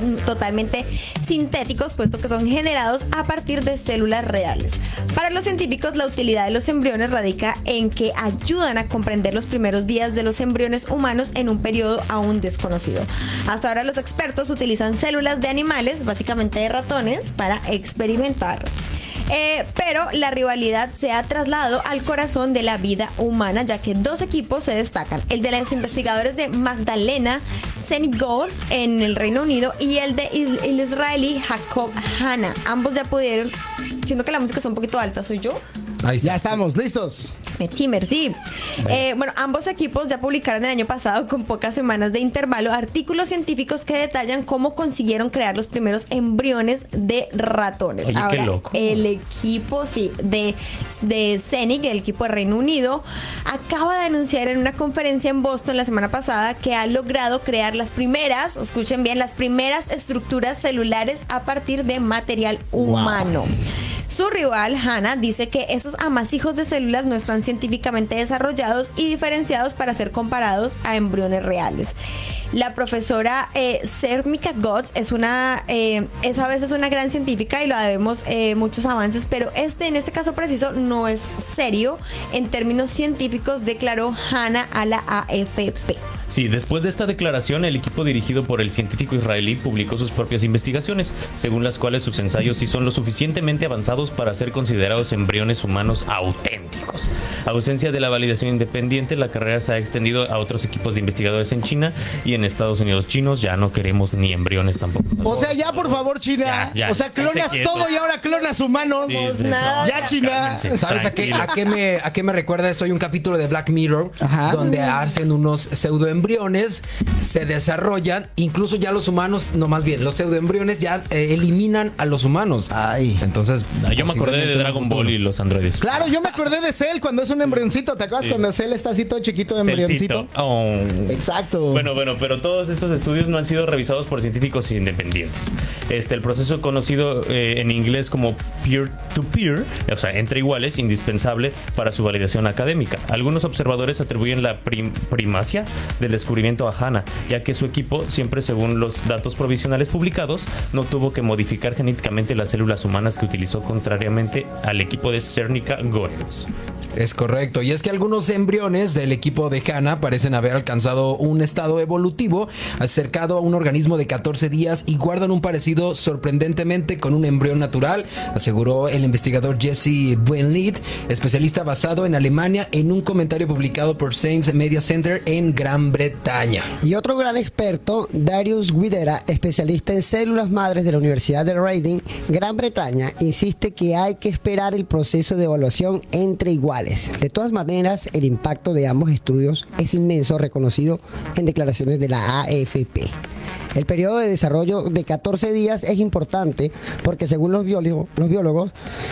totalmente sintéticos, puesto que son generados a partir de células reales. Para los científicos, la utilidad de los embriones radica en que ayudan a comprender los primeros días de los embriones humanos en un periodo aún desconocido. Hasta ahora los expertos utilizan células de animales, básicamente de ratones, para experimentar. Eh, pero la rivalidad se ha trasladado al corazón de la vida humana, ya que dos equipos se destacan: el de los investigadores de Magdalena Senegold en el Reino Unido y el de il- el israelí Jacob Hanna. Ambos ya pudieron, siento que la música está un poquito alta, ¿soy yo? Ahí Ya estamos, listos. Chimmer, sí. Eh, bueno, ambos equipos ya publicaron el año pasado, con pocas semanas de intervalo, artículos científicos que detallan cómo consiguieron crear los primeros embriones de ratones. Oye, qué Ahora, loco. el equipo, sí, de, de CENIC, el equipo de Reino Unido, acaba de anunciar en una conferencia en Boston la semana pasada que ha logrado crear las primeras, escuchen bien, las primeras estructuras celulares a partir de material humano. Su rival, Hanna, dice que esos amasijos de células no están científicamente desarrollados y diferenciados para ser comparados a embriones reales. La profesora eh, Sérmica Gotts es una eh, es a veces una gran científica y lo debemos eh, muchos avances, pero este en este caso preciso no es serio en términos científicos, declaró Hanna a la A F P. Sí, después de esta declaración, el equipo dirigido por el científico israelí publicó sus propias investigaciones, según las cuales sus ensayos sí son lo suficientemente avanzados para ser considerados embriones humanos auténticos. A ausencia de la validación independiente, la carrera se ha extendido a otros equipos de investigadores en China y en Estados Unidos. Chinos ya no queremos ni embriones tampoco. O sea, ya por favor, China. Ya, ya. o sea, clonas Estate quieto. todo y ahora clonas humanos. Sí, Pues sí, nada. Ya, China. Cálmense, ¿Sabes a qué, tranquilo. a, qué me, a qué me recuerda esto? Hay un capítulo de Black Mirror Ajá. donde hacen unos pseudoembriones, se desarrollan, incluso ya los humanos, no más bien, los pseudoembriones ya eh, eliminan a los humanos. Ay. Entonces, Ah, yo me acordé de posiblemente en Dragon un Ball futuro. y los androides. Claro, yo me acordé de Cell cuando es un embrioncito. ¿Te acuerdas Sí. cuando Cell está así todo chiquito de embrioncito? Celcito. Oh. Exacto. Bueno, bueno, pero todos estos estudios no han sido revisados por científicos independientes. Este, el proceso conocido eh, en inglés como peer-to-peer, o sea, entre iguales, indispensable para su validación académica. Algunos observadores atribuyen la prim- primacia del descubrimiento a Hanna, ya que su equipo, siempre según los datos provisionales publicados, no tuvo que modificar genéticamente las células humanas que utilizó, contrariamente al equipo de Sérmica Gotts. Es correcto, y es que algunos embriones del equipo de Hanna parecen haber alcanzado un estado evolutivo acercado a un organismo de catorce días y guardan un parecido sorprendentemente con un embrión natural, aseguró el investigador Jesse Buenlit, especialista basado en Alemania, en un comentario publicado por Science Media Center en Gran Bretaña. Y otro gran experto, Darius Guidera, especialista en células madres de la Universidad de Reading, Gran Bretaña, insiste que hay que esperar el proceso de evaluación entre iguales. De todas maneras, el impacto de ambos estudios es inmenso, reconocido en declaraciones de la A F P. El periodo de desarrollo de catorce días es importante porque, según los biólogos, los biólogos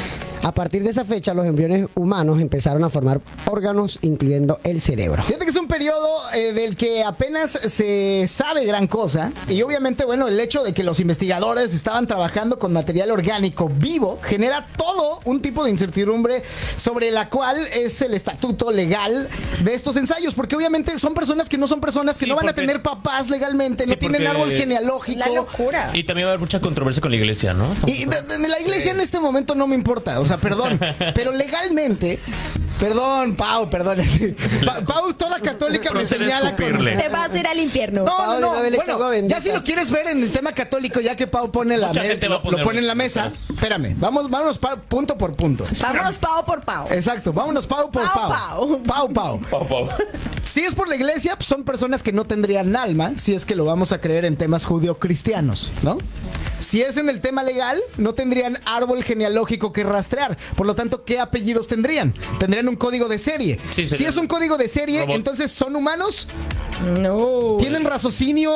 a partir de esa fecha, los embriones humanos empezaron a formar órganos, incluyendo el cerebro. Fíjate que es un periodo eh, del que apenas se sabe gran cosa. Y obviamente, bueno, el hecho de que los investigadores estaban trabajando con material orgánico vivo genera todo un tipo de incertidumbre sobre la cual es el estatuto legal de estos ensayos. Porque obviamente son personas que no son personas, que Sí, no van a porque- tener papás legalmente, Sí, no tienen porque- árbol genealógico. La locura. Y también va a haber mucha controversia con la iglesia, ¿no? Y de, de- de la iglesia en este momento no me importa, o sea, perdón, pero legalmente, perdón, Pau, perdón, Pa- Pau toda católica me Procede a señala con... escupirle. Te vas a ir al infierno. No, Pau, no, de no, una vez le bueno, echó agua bendita. ya si lo quieres ver en el tema católico, ya que Pau pone la Mucha me- gente va a lo, poner- lo pone en la mesa, espérame, vamos, vámonos pa- punto por punto. Vámonos pavo por pavo. Exacto, vámonos Pau por Pau, Pau. Pau. Pau, Pau. Pau, Pau. Si es por la iglesia, pues son personas que no tendrían alma, si es que lo vamos a creer en temas judeocristianos, ¿no? Si es en el tema legal, no tendrían árbol genealógico que rastrear. Por lo tanto, ¿qué apellidos tendrían? Tendrían un código de serie. Sí, si sería es un código de serie, robot. entonces son humanos, No. tienen raciocinio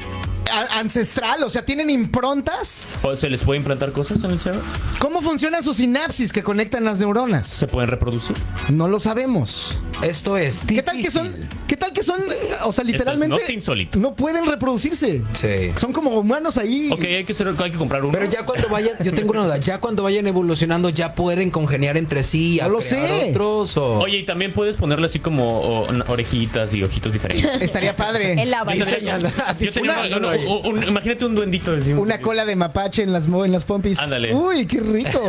a- ancestral, o sea, tienen improntas. ¿O se les puede implantar cosas en el cerebro? ¿Cómo funcionan sus sinapsis que conectan las neuronas? ¿Se pueden reproducir? No lo sabemos. Esto es ¿Qué tal que son? ¿Qué tal que son? O sea, literalmente Esto es not insólito. no pueden reproducirse. Sí. Son como humanos ahí. Ok, hay que, ser, hay que comprar uno. Pero ya cuando vayan, yo tengo una duda, ya cuando vayan evolucionando ya pueden congeniar entre sí, a No lo crear sé. otros o... Oye, y también puedes ponerle así como o, orejitas y ojitos diferentes. Estaría padre. En la Yo tenía, vaina. yo tenía Una- una, una- Un- un- imagínate un duendito. Así, un- Una cola de mapache en las, mo- en las pompis. Ándale. Uy, qué rico.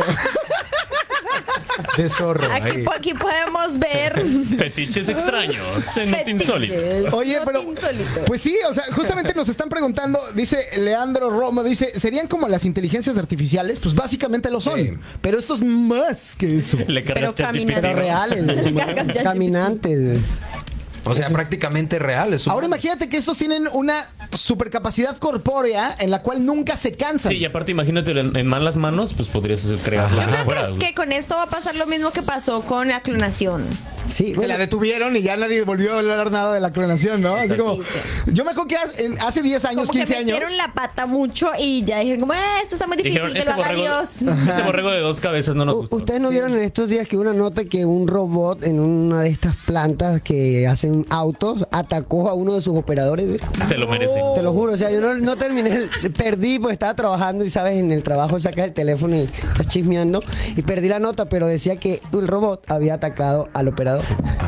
De zorro. Aquí, ahí. po- aquí podemos ver Fetiches extraños en Not Insólito. fetiches. Oye, Not pero insólito. pues sí, o sea, justamente nos están preguntando, dice Leandro Romo, dice, ¿serían como las inteligencias artificiales? Pues básicamente lo son, Sí. pero esto es más que eso. Le cargas Pero ChatGPT, camina- Pero ¿no? reales, güey. Cargas ya- Caminantes, güey. O sea, prácticamente real. Es un- Ahora imagínate que estos tienen una supercapacidad corpórea en la cual nunca se cansan. Sí, y aparte imagínate en, en malas manos, pues podrías crear Yo la creo fuera. que, que con esto va a pasar lo mismo que pasó con la clonación. Sí, Que bueno, la detuvieron y ya nadie volvió a hablar nada de la clonación, ¿no? Así como, yo me acuerdo que hace, en- hace diez años, Como que quince años. metieron la pata mucho y ya dijeron como, eh, esto está muy difícil, Dijeron, que ese lo haga borrego, Dios. ese borrego de dos cabezas no nos U- gustó. ¿Ustedes no vieron en estos días que una nota que un robot en una de estas plantas que hacen autos atacó a uno de sus operadores? Güey? Se lo merece. Te lo juro, o sea, yo no, no terminé, el- perdí, pues estaba trabajando y sabes, en el trabajo sacas el teléfono y estás chismeando y perdí la nota, pero decía que el robot había atacado al operador.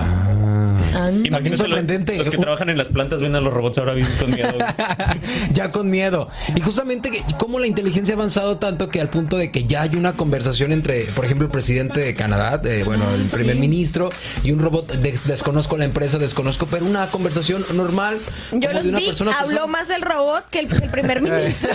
Imagínate los- sorprendente. Los que trabajan en las plantas ven a los robots ahora bien con miedo. Ya con miedo. Y justamente que, cómo la inteligencia ha avanzado tanto que al punto de que ya hay una conversación entre, por ejemplo, el presidente de Canadá, eh, bueno, el primer ministro y un robot, des- desconozco la empresa, desconozco, pero una conversación normal. Yo como los de una vi, persona a habló persona. más el robot que el, que el primer ministro.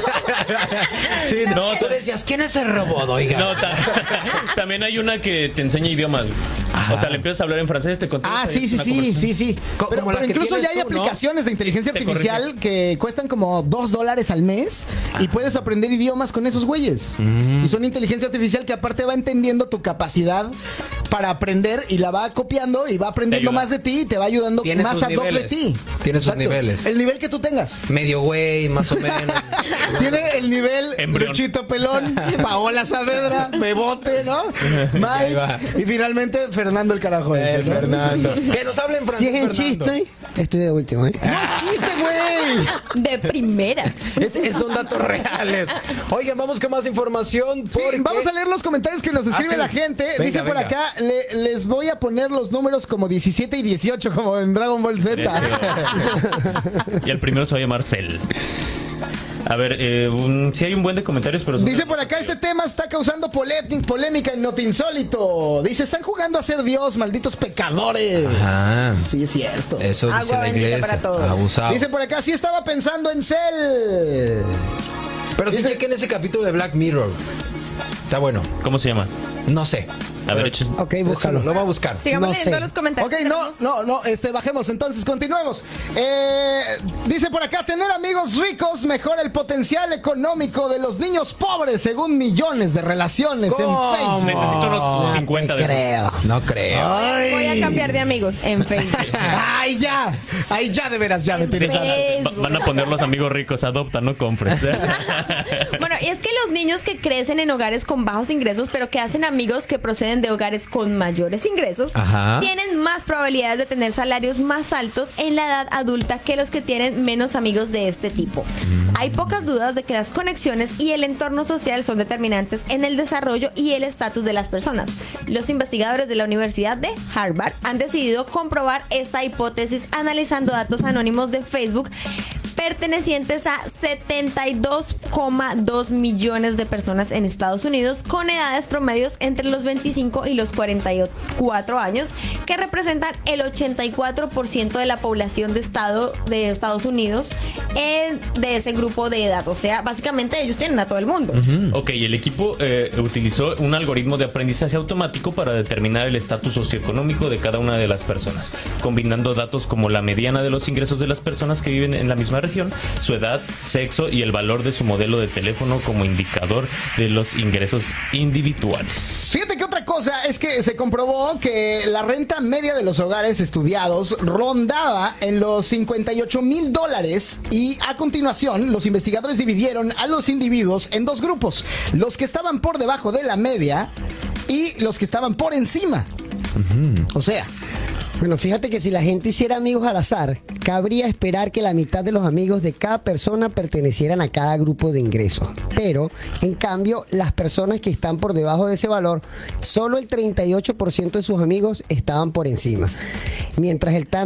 Sí, No, tú ta- decías, ¿quién es el robot, oiga? No, ta- también hay una que te enseña idiomas. O sea, le empiezas a hablar en francés, te contesta. Ah, y sí, es sí, una sí, conversación. sí, sí. Co- Pero, como la pero que incluso ya hay tienes tú, ¿no? aplicaciones de inteligencia Te artificial que cuestan como dos dólares al mes y puedes aprender idiomas con esos güeyes. Y son inteligencia artificial que aparte va entendiendo tu capacidad para aprender y la va copiando y va aprendiendo Te ayuda. más de ti y te va ayudando Tiene más sus a doble de niveles. ti. Tiene sus niveles. El nivel que tú tengas. Medio güey, más o menos. Tiene el nivel Embrión. Luchito Pelón, Paola Saavedra, Bebote, ¿no? Ahí va. Mike y finalmente Fernando el carajo. ese, El ¿no? Fernando. Que nos hablen francés, Si es en Fernando. chiste, estoy de último, ¿eh? No es chiste, güey. De primera. Es- es- son datos reales. Oigan, vamos con más información. Sí, porque- vamos a leer los comentarios que nos escribe Ah, sí. la gente. Venga, Dice por venga. acá, le- les voy a poner los números como diecisiete y dieciocho, como en Dragon Ball Z. Y el primero se va a llamar Cell. A ver, eh, un- sí hay un buen de comentarios, pero... son- Dice por acá, este tema está causando polé- polémica en Not Insólito. Dice, están jugando a ser Dios, malditos pecadores. Ah, Sí, es cierto. eso dice Agua la bendita iglesia. para todos. Abusado. Dice por acá, sí estaba pensando en Cell. Pero sí dice- chequen ese capítulo de Black Mirror. Está bueno. ¿Cómo se llama? No sé. A ver, echen- Ok, Eso búscalo. lo voy a buscar. Sigamos No leyendo sé. los comentarios. Ok, no, no, no, este, bajemos entonces, continuemos. Eh, dice por acá, tener amigos ricos mejora el potencial económico de los niños pobres según millones de relaciones en Facebook. Necesito unos cincuenta de esos. Creo. No creo. Voy a cambiar de amigos en Facebook. Ay, ya, ay, ya de veras, ya me En tienes. Va- Facebook. van a poner los amigos ricos, adopta, no compres. Bueno, y es que los niños que crecen en hogares con bajos ingresos, pero que hacen amigos que proceden de hogares con mayores ingresos, Ajá. tienen más probabilidades de tener salarios más altos en la edad adulta que los que tienen menos amigos de este tipo. Hay pocas dudas de que las conexiones y el entorno social son determinantes en el desarrollo y el estatus de las personas. Los investigadores de la Universidad de Harvard han decidido comprobar esta hipótesis analizando datos anónimos de Facebook pertenecientes a setenta y dos coma dos millones de personas en Estados Unidos con edades promedios entre los veinticinco y los cuarenta y cuatro años, que representan el ochenta y cuatro por ciento de la población de, estado, de Estados Unidos en- de ese grupo de edad. O sea, básicamente ellos tienen a todo el mundo. Ok, el equipo eh, utilizó un algoritmo de aprendizaje automático para determinar el estatus socioeconómico de cada una de las personas, combinando datos como la mediana de los ingresos de las personas que viven en la misma región, su edad, sexo y el valor de su modelo de teléfono como indicador de los ingresos individuales. Fíjate que otra cosa es que se comprobó que la renta media de los hogares estudiados rondaba en los cincuenta y ocho mil dólares y a continuación los investigadores dividieron a los individuos en dos grupos, los que estaban por debajo de la media y los que estaban por encima. O sea, Bueno, fíjate que si la gente hiciera amigos al azar, cabría esperar que la mitad de los amigos de cada persona pertenecieran a cada grupo de ingresos. Pero, en cambio, las personas que están por debajo de ese valor, solo el treinta y ocho por ciento de sus amigos estaban por encima. Mientras el tanto,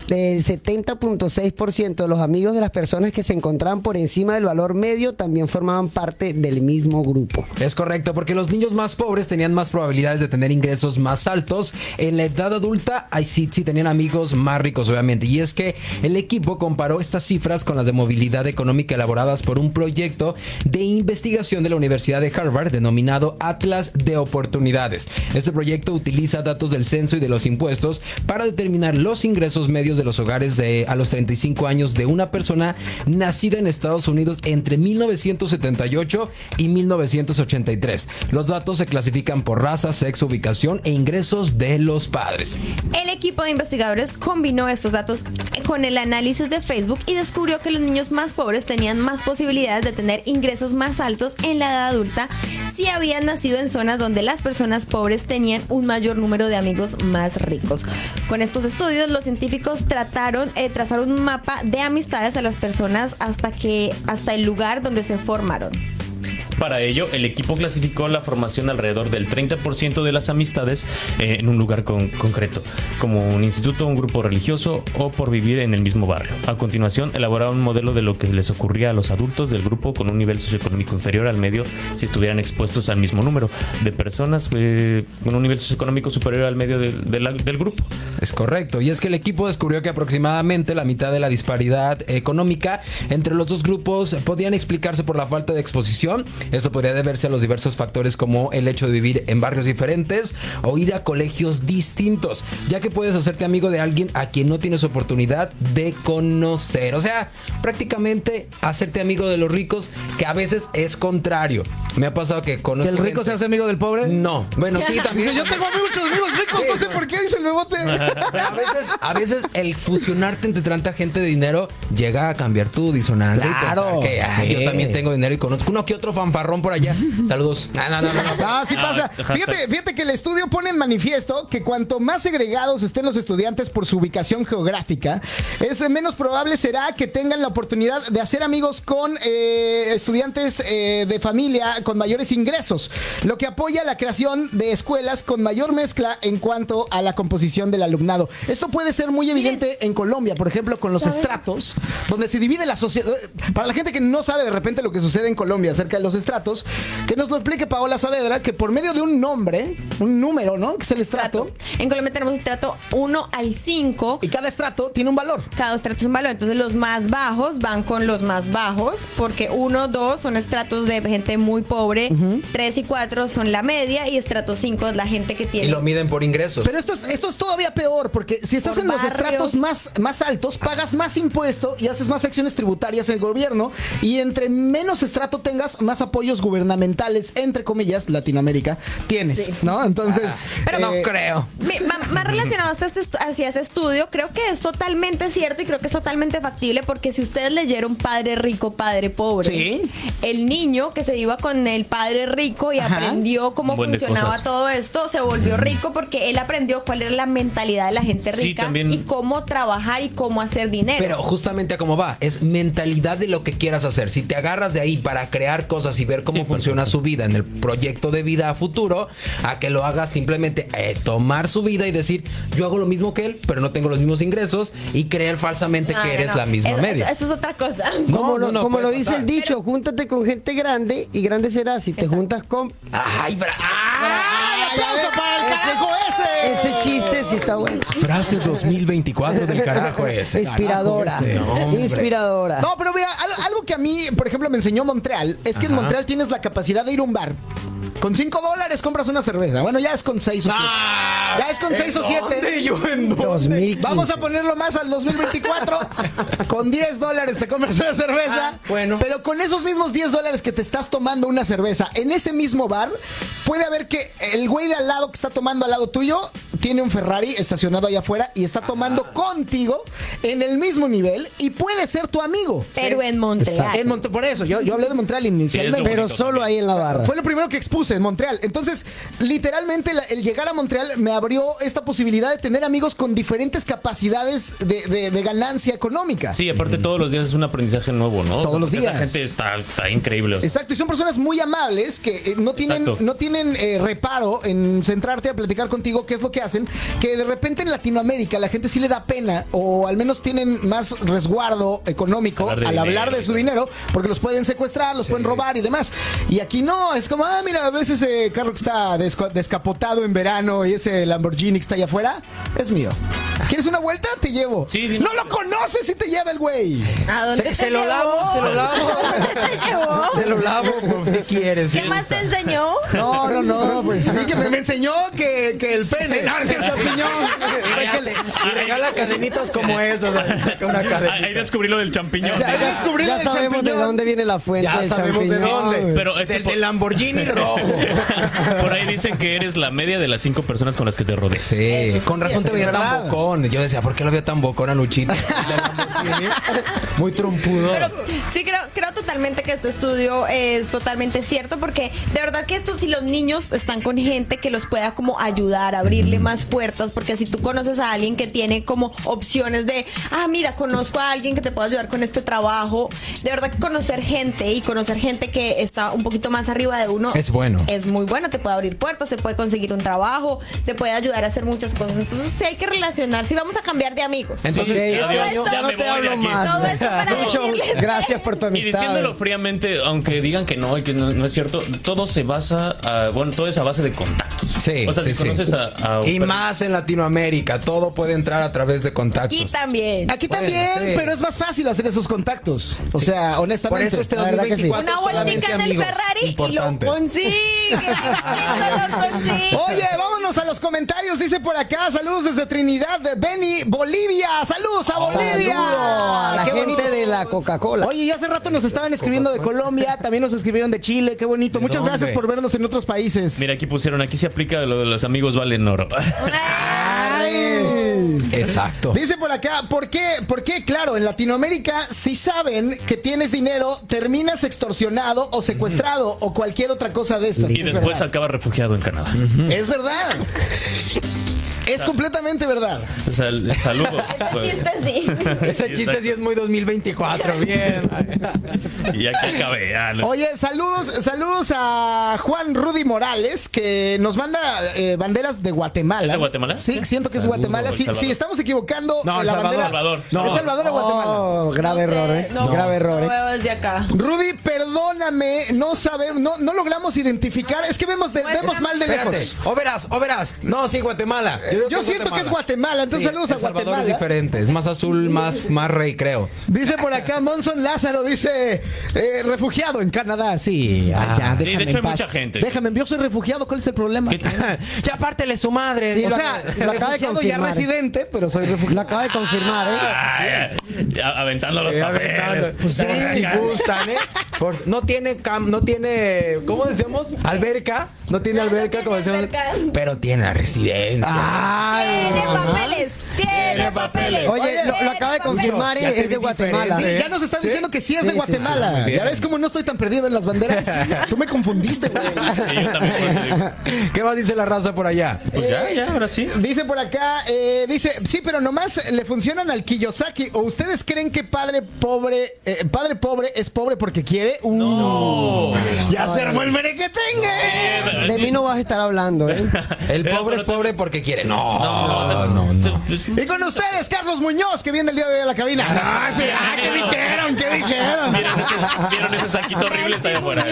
el setenta punto seis por ciento de los amigos de las personas que se encontraban por encima del valor medio también formaban parte del mismo grupo. Es correcto, porque los niños más pobres tenían más probabilidades de tener ingresos más altos. En la edad adulta, ahí sí, sí tenían amigos más ricos, obviamente. Y es que el equipo comparó estas cifras con las de movilidad económica elaboradas por un proyecto de investigación de la Universidad de Harvard denominado Atlas de Oportunidades. Este proyecto utiliza datos del censo y de los impuestos para determinar los ingresos medios de los hogares de a los treinta y cinco años de una persona nacida en Estados Unidos entre mil novecientos setenta y ocho y mil novecientos ochenta y tres. Los datos se clasifican por raza, sexo, ubicación e ingresos de los padres. El equipo de investigadores combinó estos datos con el análisis de Facebook y descubrió que los niños más pobres tenían más posibilidades de tener ingresos más altos en la edad adulta si habían nacido en zonas donde las personas pobres tenían un mayor número de amigos más ricos. Con estos estudios, los científicos trataron de eh, trazar un mapa de amistades a las personas hasta que hasta el lugar donde se formaron. Para ello, el equipo clasificó la formación alrededor del treinta por ciento de las amistades eh, en un lugar con, concreto, como un instituto, un grupo religioso o por vivir en el mismo barrio. A continuación, elaboraron un modelo de lo que les ocurría a los adultos del grupo con un nivel socioeconómico inferior al medio si estuvieran expuestos al mismo número de personas eh, con un nivel socioeconómico superior al medio de, de la, del grupo. Es correcto, y es que el equipo descubrió que aproximadamente la mitad de la disparidad económica entre los dos grupos podían explicarse por la falta de exposición. Esto podría deberse a los diversos factores como el hecho de vivir en barrios diferentes o ir a colegios distintos, ya que puedes hacerte amigo de alguien a quien no tienes oportunidad de conocer. O sea, prácticamente hacerte amigo de los ricos, que a veces es contrario. Me ha pasado que conozco ¿Que el rico gente... se hace amigo del pobre? No, bueno, sí, también. Dice, yo tengo muchos amigos ricos, no sé por qué, dice el bebote. A veces, a veces el fusionarte entre tanta gente de dinero llega a cambiar tu disonancia. Claro, y pensar que ay, sí. yo también tengo dinero y conozco uno que otro fanfarrón por allá. Saludos. No, no, no, no, no. No, sí pasa. Fíjate, fíjate que el estudio pone en manifiesto que cuanto más segregados estén los estudiantes por su ubicación geográfica, es menos probable será que tengan la oportunidad de hacer amigos con eh, estudiantes eh, de familia con mayores ingresos, lo que apoya la creación de escuelas con mayor mezcla en cuanto a la composición del alumnado. Esto puede ser muy evidente en Colombia, por ejemplo, con los estratos, donde se divide la sociedad. Para la gente que no sabe de repente lo que sucede en Colombia acerca de los estratos, que nos lo explique Paola Saavedra, que por medio de un nombre, un número, ¿no? Que es el estrato. En Colombia tenemos estrato uno al cinco. Y cada estrato tiene un valor. Cada estrato es un valor. Entonces los más bajos van con los más bajos, porque uno, dos son estratos de gente muy pobre, uh-huh. tres y cuatro son la media, y estrato cinco es la gente que tiene. Y lo miden por ingresos. Pero esto es, esto es todavía peor, porque si estás por en barrios. los estratos más, más altos, pagas más impuesto y haces más acciones tributarias en el gobierno, y entre menos estrato tengas, más apoyos gubernamentales, entre comillas, Latinoamérica, tienes, sí. ¿no? Entonces, ah, pero eh, no creo. Más, más relacionado hasta este, hacia ese estudio, creo que es totalmente cierto y creo que es totalmente factible, porque si ustedes leyeron Padre Rico, Padre Pobre, ¿sí? El niño que se iba con el padre rico y Ajá. aprendió cómo funcionaba todo esto, se volvió rico porque él aprendió cuál era la mentalidad de la gente rica, sí, también... y cómo trabajar y cómo hacer dinero. Pero justamente a cómo va, es mentalidad de lo que quieras hacer. Si te agarras de ahí para crear cosas y ver cómo sí, funciona su vida en el proyecto de vida a futuro, a que lo hagas simplemente eh, tomar su vida y decir, yo hago lo mismo que él, pero no tengo los mismos ingresos, y creer falsamente no, que eres no. la misma eso, media. Eso es otra cosa. No, como lo, no, como lo dice el dicho, pero... júntate con gente grande y grande serás. Si te Exacto. juntas con... ¡Ay, bra... ¡Ay, aplauso para el carajo ese! Ese chiste sí está bueno. Frase dos mil veinticuatro del carajo ese. Inspiradora. Ese. No, Inspiradora. No, pero mira, algo que a mí, por ejemplo, me enseñó Montreal, es que Ajá. en Montreal tienes la capacidad de ir a un bar. Con cinco dólares compras una cerveza. Bueno, ya es con seis o siete. Ah, ya es con seis o siete. ¿Yo en dónde? Vamos a ponerlo más al dos mil veinticuatro. Con diez dólares te compras una cerveza. Ah, bueno. Pero con esos mismos diez dólares que te estás tomando una cerveza en ese mismo bar, puede haber que el güey de al lado que está tomando al lado tuyo tiene un Ferrari estacionado allá afuera y está tomando ah. contigo en el mismo nivel y puede ser tu amigo. Pero ¿sí? en Montreal. En Monte, por eso, yo, yo hablé de Montreal inicialmente. Sí, pero solo ahí en la barra. Fue lo primero que expuse en Montreal. Entonces, literalmente, la, el llegar a Montreal me abrió esta posibilidad de tener amigos con diferentes capacidades de, de, de ganancia económica. Sí, aparte todos los días es un aprendizaje nuevo, ¿no? Todos los días. Esa gente está, está increíble. O sea. Exacto, y son personas muy amables que eh, no tienen, no tienen eh, reparo en centrarte a platicar contigo qué es lo que hacen, que de repente en Latinoamérica la gente sí le da pena, o al menos tienen más resguardo económico Hablar de al dinero, hablar de su dinero, porque los pueden secuestrar, los pueden robar y demás. Y aquí no, es como, ah, mira, a veces ese carro que está desca- descapotado en verano y ese Lamborghini que está allá afuera, es mío. ¿Quieres una vuelta? Te llevo. Sí, dime. No lo conoces y te lleva el güey. ¿A dónde Se, te se lo llevó? lavo, se lo lavo. ¿Dónde te llevó? Se lo lavo por si quieres. ¿Qué más te enseñó? No, no, no, pues sí que me, me enseñó que, que el pene. No, es el champiñón. Y regala cadenitas como esas. Saca una Ahí cadenita. ahí descubrí lo del champiñón. Ya, ya descubrí Ya el sabemos de champiñón. dónde viene la fuente Ya del sabemos de champiñón, dónde. güey. Pero es Del, por- del Lamborghini rojo. Por ahí dicen que eres la media de las cinco personas con las que te rodeas. Sí, con razón te es veía verdad. tan bocón. Yo decía, ¿por qué lo veía tan bocón a Luchito? Muy trompudo. Pero sí, creo, creo totalmente que este estudio es totalmente cierto, porque de verdad que esto, si los niños están con gente que los pueda como ayudar, abrirle más puertas, porque si tú conoces a alguien que tiene como opciones de, ah, mira, conozco a alguien que te puede ayudar con este trabajo, de verdad que conocer gente y conocer gente que está un poquito más arriba de uno Es bueno. es muy bueno, te puede abrir puertas, te puede conseguir un trabajo, te puede ayudar a hacer muchas cosas. Entonces sí hay que relacionar, si vamos a cambiar de amigos. Entonces, Ok, este todo adiós, esto- ya ya me no te voy de hablo aquí. más. Todo esto para Lucho, decirles- gracias por tu Y amistad. diciéndolo fríamente, aunque digan que no y que no, no es cierto, todo se basa, a, bueno, todo es a base de contactos. Sí, o sea, sí, si conoces sí. a, a Y más en Latinoamérica, todo puede entrar a través de contactos. Aquí también. Aquí Bueno, también, sí. pero es más fácil hacer esos contactos. O sea, honestamente. Por eso este la verdad que sí. dos mil veinticuatro Una vueltica en el amigos. Ferrari Importante. y lo consigue. lo consigue. Oye, vámonos a los comentarios. Dice por acá, saludos desde Trinidad, de Beni, Bolivia. Saludos a Bolivia. Saludo a la Qué gente bonito. de la Coca-Cola. Oye, y hace rato nos estaban escribiendo de Colombia, también nos escribieron de Chile, qué bonito. ¿De Muchas dónde? gracias por vernos en otros países. Mira, aquí pusieron, aquí se aplica lo de los amigos valen oro. Ay. Exacto. Dice por acá, ¿por qué? ¿Por qué? Claro, en Latinoamérica, si saben que tienes dinero, terminas extorsionado o secuestrado o cualquier otra cosa de estas. Y Es después verdad. acaba refugiado en Canadá. Es verdad. Es completamente verdad. Sal- saludos. Chiste sí. Ese chiste sí es muy dos mil veinticuatro. Bien. Y aquí acabé. ya, no. Oye, saludos, saludos a Juan Rudy Morales, que nos manda eh, banderas de Guatemala. ¿Es de Guatemala? Sí, siento que es Saludos, Guatemala. El Sí, Salvador. sí, estamos equivocando No, la El Salvador. bandera. Salvador. No. ¿Es Salvador o Guatemala? Oh, grave No sé, error, ¿eh? no, grave error, no ¿eh? veo desde acá. Rudy, perdóname, no sabemos, no, no logramos identificar, es que vemos, de- Muestra- vemos mal de Espérate. lejos. O verás, o verás. No, sí, Guatemala. digo Yo siento que es Guatemala, entonces saludos a El Salvador Guatemala. es diferente. Es más azul, más, más rey, creo. Dice por acá Monson Lázaro, dice, eh, refugiado en Canadá. Sí, ah, ya, Sí, déjame de hecho en hay paz. mucha gente. Déjame, yo soy refugiado, ¿cuál es el problema? Ya pártele su madre. Sí, O lo- sea, lo acaba de refugiado ya confirmar. residente, pero soy Lo refugiado. acaba de confirmar, ¿eh? Ay, ya, aventando los Eh, papeles. aventando. Pues sí, si gustan, ¿eh? Por- no tiene cam, no tiene, ¿cómo decíamos? Alberca. No tiene No, no alberca, tiene como decíamos. alberca. Pero tiene la residencia. Tiene papeles. Tiene papeles. Oye, lo, lo acaba de confirmar, Ya ¿eh? te Es de vi Guatemala. diferente. Ya nos están ¿Sí? diciendo que sí es de Sí, sí, sí, Guatemala. muy bien. Ya ves cómo no estoy tan perdido en las banderas. Tú me confundiste, güey. Sí, yo también, pues, digo, ¿Qué más dice la raza por allá? pues ya, ya, ahora sí. Dice por acá, eh, dice, sí, pero nomás le funcionan al Kiyosaki. ¿O ustedes creen que padre pobre, eh, padre pobre es pobre porque quiere? Uh, No. Ya se armó el merequetengue. De mí no vas a estar hablando, ¿eh? El Pero- pobre es pero- pobre porque quiere. No, No, no, no. Se- pues, Y con ustedes, Carlos Muñoz, que viene el día de hoy a la cabina. Ah, sí, ah, ¿qué dijeron? ¿Qué dijeron? ¿Vieron ese, ¿Vieron ese saquito horrible está allá afuera?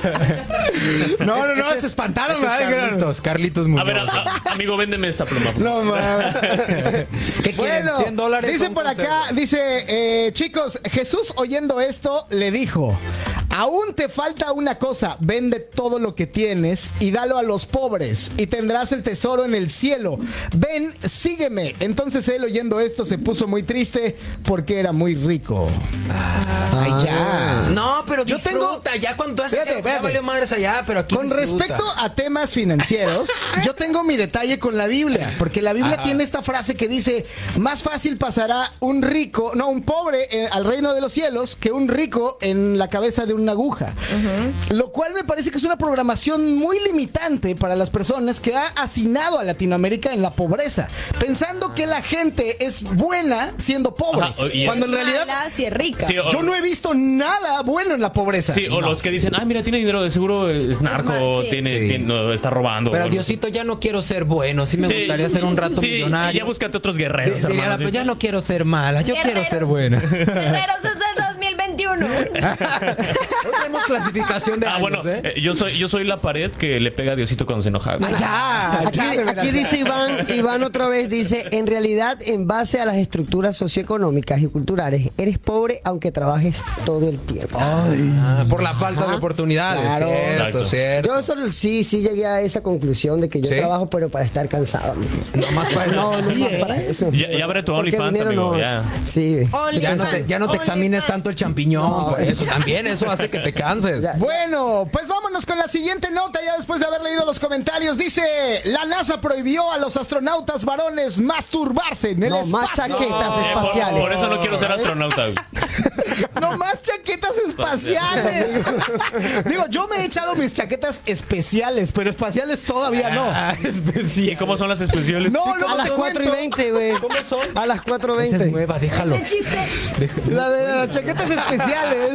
No, no, no, Este es- se espantaron, este es ¿verdad? Carlitos, Carlitos Muñoz. A ver, a- a- amigo, véndeme esta pluma. por No, mames. ¿Qué quieren? Bueno, ¿cien dólares? dice o un por acá, consejo? dice, eh, chicos, Jesús oyendo esto le dijo, aún te falta una cosa, vende todo lo que tienes y dalo a los pobres y tendrás el tesoro en el cielo. Ven, sígueme. Entonces él oyendo esto se puso muy triste porque era muy rico. Ay, ya. No, pero Yo disfruta. tengo- Ya cuando tú haces Fíjate, eso, ya fíjate. valió madres allá, pero aquí Con disfruta. respecto a temas financieros, yo tengo mi detalle con la Biblia, porque la Biblia Ajá. tiene esta frase que dice, más fácil pasará un rico, no, un pobre eh, al reino de los cielos que un rico en la cabeza de un una aguja. Uh-huh. Lo cual me parece que es una programación muy limitante para las personas que ha hacinado a Latinoamérica en la pobreza, pensando que la gente es buena siendo pobre. Ajá, cuando en realidad mala, si es rica. Sí, o, yo no he visto nada bueno en la pobreza. Sí, o no. Los que dicen, ay, mira, tiene dinero, de seguro es narco, es mal, sí. tiene, sí. tiene no, está robando. Pero Diosito, ya no quiero ser bueno, sí me sí. gustaría ser un rato sí, millonario. Ya búscate otros guerreros, de, de, hermano. Pues ya no quiero ser mala, yo guerreros. quiero ser buena. Guerreros es del dos mil veintiuno. No tenemos clasificación de ah, años, bueno, ¿eh? eh, yo soy yo soy la pared que le pega a Diosito cuando se enoja. Ah, ya, aquí, aquí dice Iván, Iván otra vez dice, en realidad, en base a las estructuras socioeconómicas y culturales, eres pobre aunque trabajes todo el tiempo. Ay, ah, por la falta Ajá. de oportunidades. Claro. Cierto, cierto. Yo solo, sí, sí llegué a esa conclusión de que yo ¿Sí? trabajo, pero para estar cansado. No más para, no, no sí, más eh. para eso. Ya, ya abre tu OnlyFans, amigo. No. Ya. Sí. Ya no te, ya no te examines tanto el champiñón. No. Eso también, eso hace que te canses. Ya. Bueno, pues vámonos con la siguiente nota. Ya después de haber leído los comentarios, dice: la NASA prohibió a los astronautas varones masturbarse en el no, espacio. Más chaquetas no, espaciales. Por, por eso no quiero ser astronauta. No más chaquetas espaciales. Digo, yo me he echado mis chaquetas especiales, pero espaciales todavía no. Ah, ¿Y cómo son las especiales? No, sí, no, a las cuatro y veinte, güey. ¿Cómo son? A las cuatro y veinte. Esa es nueva, déjalo. Ese chiste. Déjalo. La de las chaquetas especiales.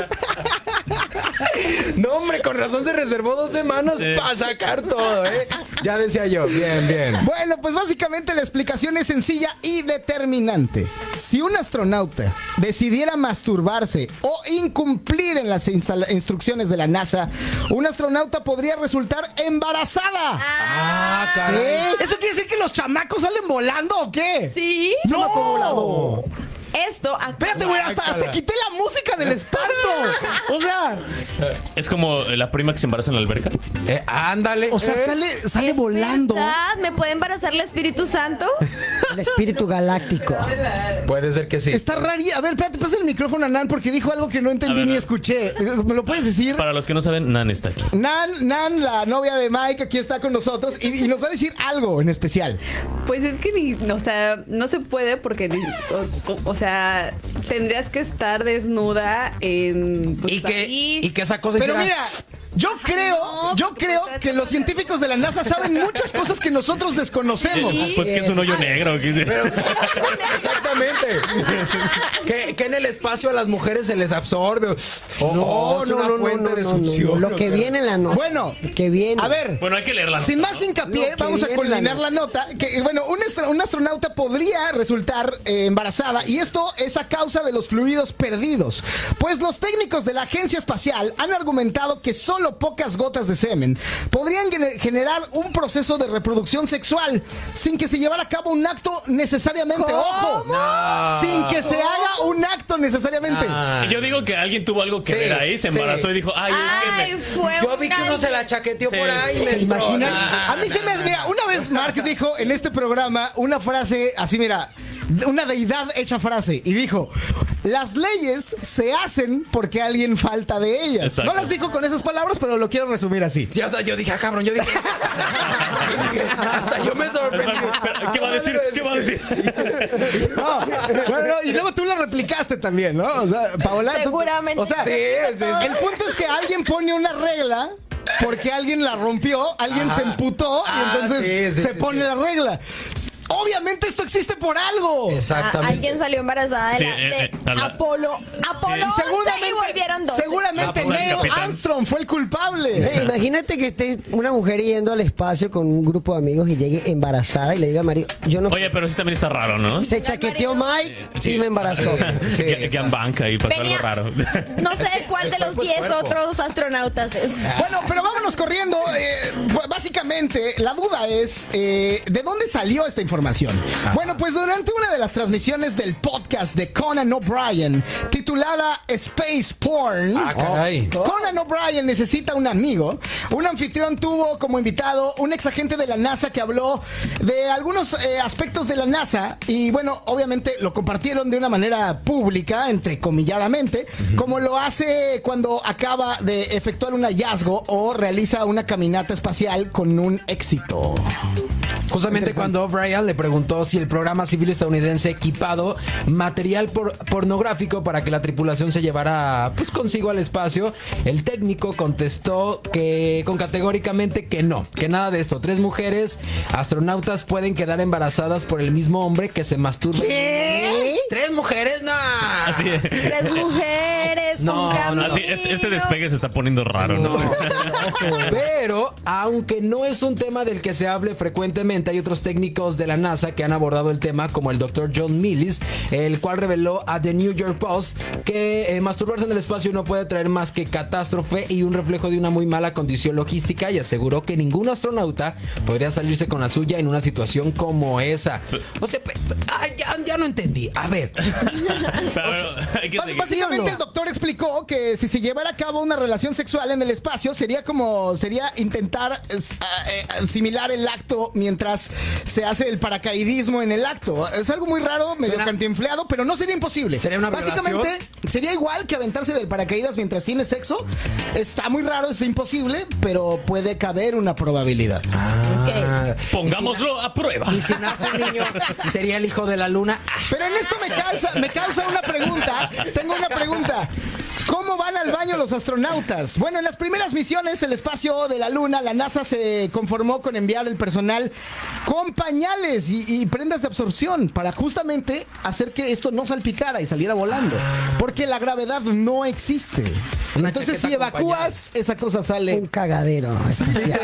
No, hombre, con razón se reservó dos semanas sí. para sacar todo, ¿eh? Ya decía yo, bien, bien. Bueno, pues básicamente la explicación es sencilla y determinante. Si un astronauta decidiera masturbarse o incumplir en las instala- instrucciones de la NASA, un astronauta podría resultar embarazada. Ah, caray. ¿Eh? ¿Eso quiere decir que los chamacos salen volando o qué? Sí. ¡No! Esto acaba... Espérate, güey, hasta, hasta quité la música del espanto. O sea, es como la prima que se embaraza en la alberca. Eh, ándale. O sea, eh. sale, sale ¿Es volando. verdad? ¿Me puede embarazar el Espíritu Santo? El espíritu galáctico. Puede ser que sí. Está rarísimo. A ver, espérate, pasa el micrófono a Nan porque dijo algo que no entendí ni escuché. ¿Me lo puedes decir? Para los que no saben, Nan está aquí. Nan, Nan, la novia de Mike, aquí está con nosotros y, y nos va a decir algo en especial. Pues es que ni, o sea, no se puede porque, ni, o, o sea, tendrías que estar desnuda en... Pues, y, que, ahí. y que esa cosa Pero hiciera... mira, yo creo, No, yo creo que los científicos de la NASA saben muchas cosas que nosotros desconocemos. Sí. Pues que es un hoyo negro. ¿Qué Pero, exactamente. que, que en el espacio a las mujeres se les absorbe. O, No, o es no, una no, fuente no, de no, succión. no, Lo que viene en la nota. Bueno, que viene. A ver. Bueno, hay que leerla. Sin más hincapié, Lo que vamos a viene culminar la la nota. Que, bueno, un, astra- un astronauta podría resultar eh, embarazada y esto es a causa de los fluidos perdidos. Pues los técnicos de la agencia espacial han argumentado que solo pocas gotas de semen podrían gener- generar un proceso de reproducción sexual sin que se llevara a cabo un acto necesariamente. ¿Cómo? ¡Ojo! No. Sin que se haga un acto necesariamente. Ah. Yo digo que alguien tuvo algo que Sí, ver ahí, se embarazó sí. y dijo, ay, Ay, es que me... fue Yo vi que una- uno se la chaqueteó Sí. por ahí. Me ¿Te imaginas? Ah. A mí se me... Mira, una vez Mark dijo en este programa una frase así, mira, una deidad hecha frase, y dijo: las leyes se hacen porque alguien falta de ellas. Exacto. No las dijo con esas palabras, pero lo quiero resumir así. Sí, hasta yo dije, ah, cabrón, yo dije. hasta yo me sorprendí. ¿Qué va a decir? ¿Qué va a decir? No, bueno, no, y luego tú la replicaste también, ¿no? O sea, Paola, tú- Seguramente. o sea, Sí, sí, sí. el punto es que alguien pone una regla porque alguien la rompió, alguien Ajá. se emputó Ah, y entonces sí, sí, se sí, pone sí. la regla. Obviamente esto existe por algo. Ah, Exactamente. alguien salió embarazada de, Sí, la- de eh, eh, a la- Apolo. Apolo Y seguramente, y volvieron doce. seguramente Ah, pues, el Neil capitán. Armstrong fue el culpable. Eh, imagínate que esté una mujer yendo al espacio con un grupo de amigos y llegue embarazada y le diga a Mario, yo no... Oye, pero sí también está raro, ¿no? Se chaqueteó Mike Sí. y me embarazó. Sí, que, que en banca y pasó Venía- algo raro. No sé de cuál de los cuerpo es diez cuerpo. otros astronautas es. Bueno, pero vámonos corriendo. Eh, pues, básicamente, la duda es, eh, ¿de dónde salió esta información? Bueno, pues durante una de las transmisiones del podcast de Conan O'Brien, titulada Space Porn, Ah, caray. Conan O'Brien necesita un amigo. Un anfitrión tuvo como invitado un ex agente de la NASA que habló de algunos eh, aspectos de la NASA y bueno, obviamente lo compartieron de una manera pública, entrecomilladamente, como lo hace cuando acaba de efectuar un hallazgo o realiza una caminata espacial con un éxito. Justamente cuando O'Brien le preguntó si el programa civil estadounidense equipado material por- pornográfico para que la tripulación se llevara pues consigo al espacio, el técnico contestó que con categóricamente que no, que nada de esto. Tres mujeres astronautas pueden quedar embarazadas por el mismo hombre que se masturba. ¿Qué? ¿Tres mujeres? No. Así es. Tres mujeres No, con camino. Así, es- este despegue se está poniendo raro, ¿no? Pero, aunque no es un tema del que se hable frecuentemente, hay otros técnicos de la NASA que han abordado el tema, como el doctor John Millis, el cual reveló a The New York Post que eh, masturbarse en el espacio no puede traer más que catástrofe y un reflejo de una muy mala condición logística, y aseguró que ningún astronauta podría salirse con la suya en una situación como esa. O sea, pe- ay, ya, ya no entendí. A ver. Pero, hay que Bás- seguir. Básicamente el doctor explicó que si se llevara a cabo una relación sexual en el espacio sería como sería intentar es, a- eh, asimilar el acto mientras se hace el paracaidismo en el acto. Es algo muy raro, medio Suena- cantinfleado, pero no sería imposible. ¿Sería una Básicamente violación? sería igual que aventarse del paracaídas mientras tienes sexo. Está muy raro, es imposible, pero puede caber una probabilidad. Ah, Pongámoslo a prueba. y si nace un niño, sería el hijo de la luna. Pero en esto me causa, me causa una pregunta. Tengo una pregunta. ¿Cómo van al baño los astronautas? Bueno, en las primeras misiones, el espacio de la Luna, la NASA se conformó con enviar el personal con pañales y, y prendas de absorción para justamente hacer que esto no salpicara y saliera volando. Porque la gravedad no existe. Una Entonces, chaqueta si con evacúas, esa cosa Un sale. cagadero especial.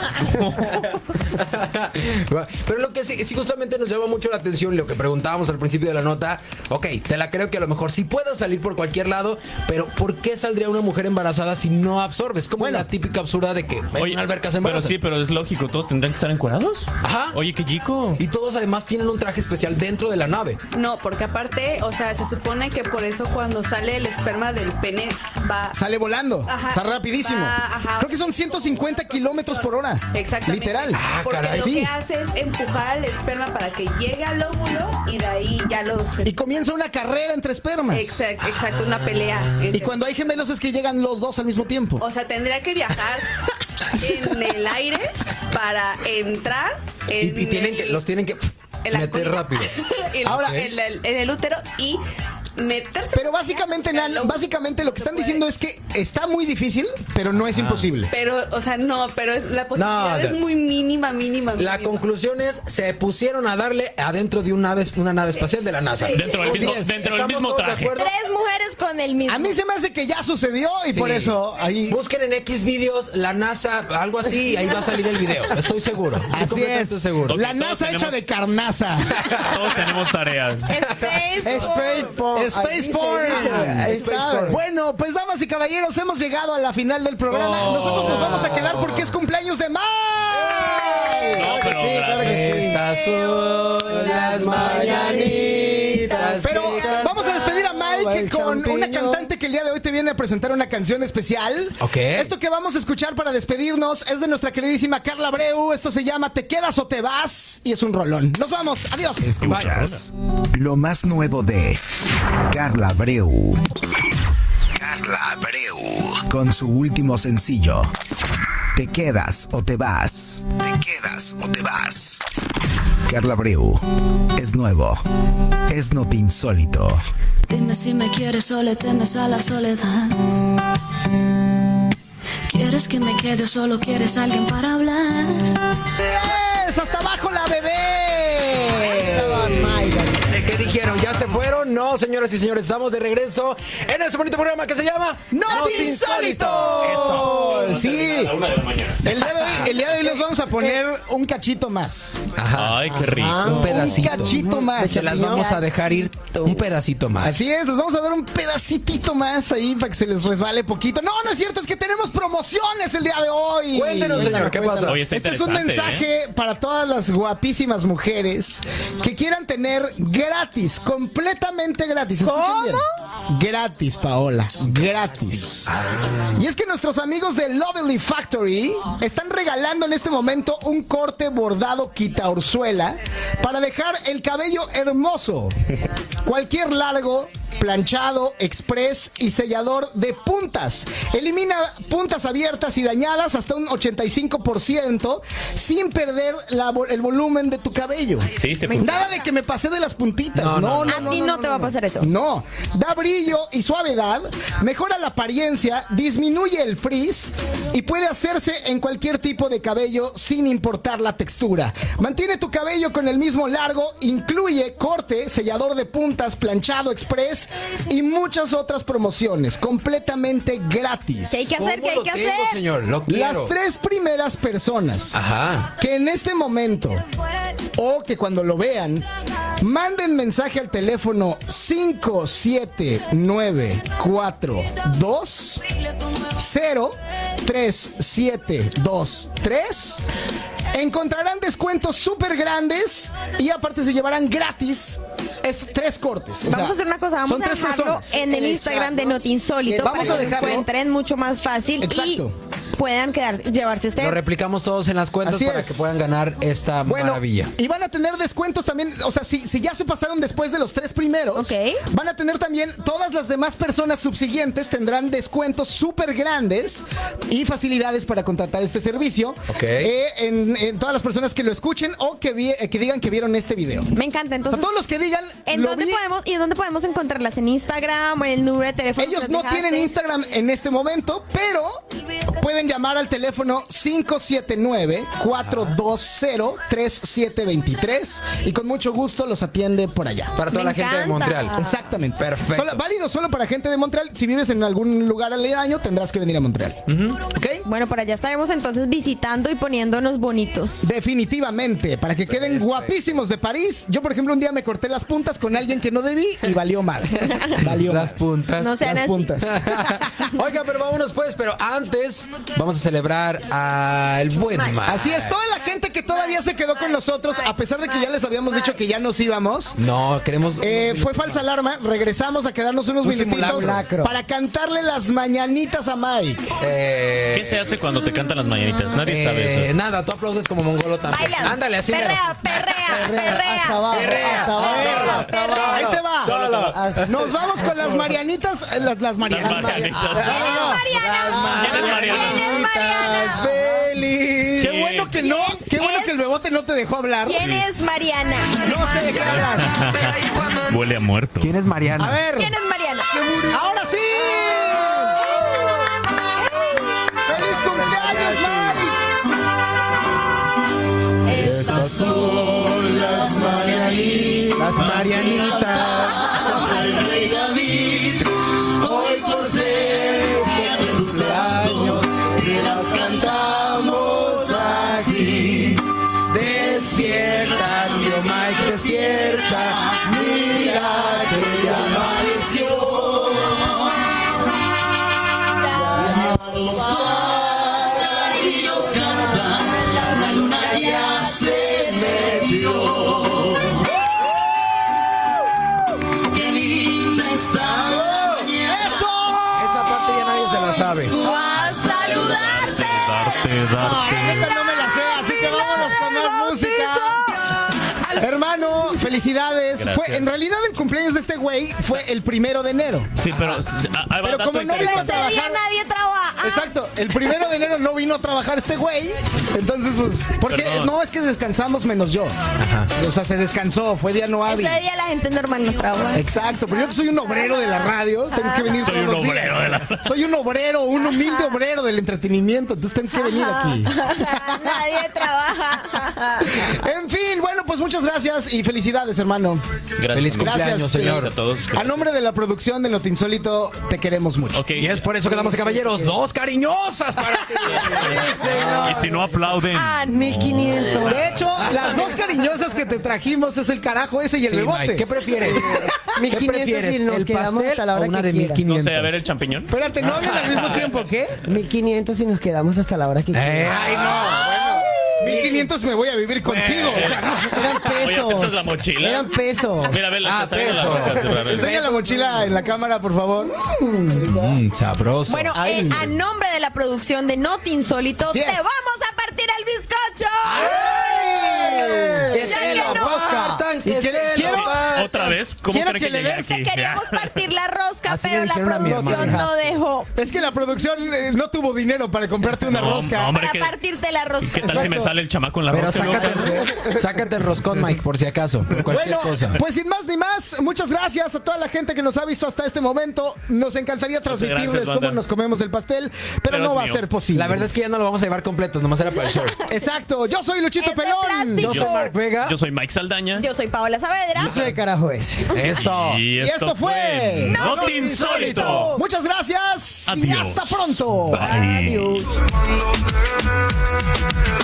Pero lo que sí, sí justamente nos llama mucho la atención, lo que preguntábamos al principio de la nota, ok, te la creo que a lo mejor sí puedas salir por cualquier lado, pero ¿por qué saldría una mujer embarazada si no absorbes? Como Bueno. la típica absurda de que en Oye, una alberca se pero embarazan. sí, pero es lógico, todos tendrán que estar encuerados. Ajá. Oye, qué chico. Y todos además tienen un traje especial dentro de la nave. No, porque aparte, o sea, se supone que por eso cuando sale el esperma del pene va... Sale volando. Ajá. Está rapidísimo. Va, ajá. Creo que son ciento cincuenta kilómetros por hora. Exactamente. Literal. Ah, Porque caray, lo sí. que hace es empujar el esperma para que llegue al óvulo y de ahí ya los... Y comienza una carrera entre espermas. Exacto, exacto, una pelea. Y entre- cuando hay gemelos es que llegan los dos al mismo tiempo. O sea, tendría que viajar en el aire para entrar Y, en y tienen el- que, los tienen que en la meter colita. rápido. En- Ahora- en, el, en el útero y meterse. Pero básicamente, Nan, básicamente lo que están diciendo es que está muy difícil, pero no es imposible. Pero, o sea, no, pero es, la posibilidad No, es de- muy mínima, mínima. La mínima. conclusión es, se pusieron a darle adentro de una nave, una nave espacial de la NASA. Sí. Dentro del Así mismo, es. dentro del ¿Estamos mismo todos de traje. acuerdo? Tres mujeres con el mismo. A mí se me hace que ya sucedió y por Sí. eso ahí. Busquen en X videos la NASA, algo así, y ahí va a salir el video. Estoy seguro. Estoy Así completamente es. seguro. La Ok, NASA todos hecha tenemos- de carnaza. Todos tenemos tareas. Space. Space porn. Space Ahí dice, porn. dice, ahí Space está. porn. Bueno, pues damas y caballeros, hemos llegado a la final del programa. Oh. Nosotros nos vamos a quedar porque es cumpleaños de Mike. No, pero Sí, claro que sí. Estas son las mañanitas. Pero que vamos a despedir a Mike el con una champiñón. cantante que el día de hoy te viene a presentar una canción especial. Ok. Esto que vamos a escuchar para despedirnos es de nuestra queridísima Carla Abreu. Esto se llama Te quedas o te vas y es un rolón. Nos vamos. Adiós. Escuchas lo más nuevo de Carla Abreu. Carla Abreu. Con su último sencillo. Te quedas o te vas. Te quedas o te vas. Carla Abreu. Es nuevo. Es noti insólito. Dime si me quieres o le temes a la soledad. ¿Quieres que me quede o solo quieres alguien para hablar? ¡Es! ¡Hasta abajo la bebé! ¿Qué dijeron? ¿Ya se fueron? No, señoras y señores, estamos de regreso en este bonito programa que se llama ¡Noti Insólito! Eso. Sí. A la una de la mañana. El día de hoy, el día de hoy les vamos a poner un cachito más. Ajá. Ay, qué rico. Un pedacito. Un cachito más. Se las vamos a dejar ir un pedacito más. Así es, les vamos a dar un pedacitito más ahí para que se les resbale poquito. No, no es cierto, es que tenemos promociones el día de hoy. Cuéntenos, señor, ¿qué pasa? Oye, está Este es un interesante, mensaje ¿eh? para todas las guapísimas mujeres que quieran tener gratis, completamente gratis. ¿Escuchan bien? Gratis, Paola. Gratis. Y es que nuestros amigos de Lovely Factory están regalando en este momento un corte bordado quitaorzuela para dejar el cabello hermoso. Cualquier largo, planchado, express y sellador de puntas. Elimina puntas abiertas y dañadas hasta un ochenta y cinco por ciento sin perder la, el volumen de tu cabello. Sí, te Nada de que me pasé de las puntitas. No, no, no. A no, ti no, no no, te va a pasar eso. No, da brillo y suavidad, mejora la apariencia, disminuye el frizz y puede hacerse en cualquier tipo de cabello sin importar la textura. Mantiene tu cabello con el mismo largo, incluye corte, sellador de puntas, planchado express y muchas otras promociones completamente gratis. ¿Qué hay que hacer? ¿Qué hay lo que tengo, hacer? señor? Lo quiero. Las tres primeras personas Ajá. que en este momento o que cuando lo vean manden mensaje al teléfono cinco siete nueve cuatro dos cero tres siete dos tres encontrarán descuentos súper grandes y aparte se llevarán gratis estos tres cortes. O Vamos sea, a hacer una cosa, vamos son a tres dejarlo personas. en el Instagram de Notinsólito Vamos para a que lo dejarlo. encuentren mucho más fácil Exacto. y puedan quedar, llevarse este. Lo replicamos todos en las cuentas Así para es. que puedan ganar esta Bueno, maravilla. y van a tener descuentos también, o sea, si, si ya se pasaron después de los tres primeros, Ok. van a tener también, todas las demás personas subsiguientes tendrán descuentos súper grandes y facilidades para contratar este servicio. Ok. eh, en, en todas las personas que lo escuchen o que, vi- eh, que digan que vieron este video. Me encanta, A entonces. todos los que digan, ¿En lo dónde vi, podemos y en dónde podemos encontrarlas? ¿En Instagram o en el número de teléfono? que ellos nos no dejaste? tienen Instagram en este momento, pero pueden llamar al teléfono cinco siete nueve cuatro dos cero tres siete dos tres y con mucho gusto los atiende por allá. Para toda Me la gente de encanta. Montreal. Exactamente. Perfecto. Solo- válido solo para gente de Montreal. Si vives en algún lugar aledaño, tendrás que venir a Montreal. ¿Ok? Bueno, por allá estaremos entonces visitando y poniéndonos bonitos. Definitivamente, para que queden guapísimos de París. Yo, por ejemplo, un día me corté las puntas con alguien que no debí y valió mal. Valió Las mal. puntas. No sean Las así. puntas. Oiga, pero vámonos pues, pero antes vamos a celebrar al buen Mike. Así es, toda la gente que todavía se quedó con nosotros, a pesar de que ya les habíamos dicho que ya nos íbamos. No, queremos... Eh, fue falsa alarma, regresamos a quedarnos unos Un minutitos simulacro. para cantarle las mañanitas a Mike. Eh, ¿Qué se hace cuando te cantan las mañanitas? Nadie eh, sabe eso. Nada, tú aplaudes como mongolo también. Baila. Ándale, así mero. Perrea, perrea, perrea. Hasta abajo, Perrea. hasta abajo, Perrea. hasta abajo. Ahí te va. Hasta- Nos vamos con las Marianitas. eh, Las, las Marianitas. Las Marianitas. No, no, no. Mariana. ¿Quién es Mariana? ¿Quién es Mariana? Feliz. Qué bueno que no. Qué bueno es? que el bebote no te dejó hablar. ¿Quién es Mariana? No sé de qué hablar. Huele a muerto. ¿Quién es Mariana? A ver. ¿Quién es Mariana? Ahora sí. ¡Feliz cumpleaños, Mike! Estas son las mañanitas. Las Marianitas. del rey David. Hoy por ser día de tus años, te las cantamos así. Despierta, tío Mike, despierta. Mira que ya amaneció. Los pajarillos cantan, la luna ya se metió. Qué linda está la mañana. Esa parte ya nadie se la sabe. ¡Va a saludarte! Darte, darte. Ay, neta, no me la sé, así que vámonos con más música. Hermano, felicidades. Gracias. Fue, en realidad el cumpleaños de este güey fue el primero de enero. Sí, pero... ah, ah, Pero dato como no interesante. vino a Este día trabajar. nadie trabaja. Exacto, el primero de enero no vino a trabajar este güey. Entonces, pues, porque Perdón. no es que descansamos menos yo. O sea, se descansó, fue día no hábil. Ese día la gente normal no trabaja. Exacto, pero yo que soy un obrero de la radio, tengo que venir Soy todos un los días. obrero de la- Soy un obrero, un humilde obrero del entretenimiento, entonces tengo que venir aquí. Nadie trabaja. En fin, bueno, pues muchas gracias y felicidades, hermano. Gracias. Feliz amigo. cumpleaños, Gracias, señor. Gracias a todos. A nombre de la producción de Notinsólito, te queremos mucho. Ok. Y es por eso que damos, caballeros, dos cariñosas para ti. Y si no aplauden. Ah, mil quinientos. De hecho, las dos cariñosas que te trajimos es el carajo ese y el Sí, bebote. Mike, ¿qué prefieres? ¿Qué mil quinientos prefieres? y nos ¿El quedamos pastel hasta la hora o una que de mil quieras. quinientos? No sé, a ver el champiñón. Espérate, ¿no hablan al mismo tiempo? ¿Qué? mil quinientos y nos quedamos hasta la hora que Eh, quieras. Ay, no, bueno. mil quinientos me voy a vivir contigo. O sea, no. Eran Voy a pesos. ¿Esta es la mochila? Eran pesos. Mira, ve la Ah, que está en la peso. boca. Enseña la mochila en la cámara, por favor. Mm, sabroso. Bueno, Ay. eh, a nombre de la producción de Not Insólito, Así te es. vamos a partir el bizcocho. que ya se que lo no. partan, que Y que- se quiero- lo partan. ¿Otra vez? ¿Cómo Quiero creen que que le llegué des- aquí? Te queríamos partir la rosca, Así pero le la dijeron a mi producción hermana. no dejó. Es que la producción eh, no tuvo dinero para comprarte una No, rosca. no, hombre, Para ¿qué- partirte la rosca. ¿Qué tal si me Exacto. sale el chamaco en la Pero rosca? ¿no? sácate, sácate el roscón, Mike, por si acaso, por cualquier Bueno, cosa. pues sin más ni más, muchas gracias a toda la gente que nos ha visto hasta este momento. Nos encantaría transmitirles gracias, cómo banda. nos comemos el pastel, pero, Pero no es va mío. a ser posible. La verdad es que ya no lo vamos a llevar completo, nomás era para el show. Exacto, yo soy Luchito Es de Pelón. plástico. Yo soy Mark Vega. Yo soy Mike Saldaña. Yo soy Paola Saavedra. Eso de carajo es. Eso. Y Y esto, esto fue Not Insólito. Muchas gracias y Adiós. hasta pronto. Bye. Adiós. Cuando te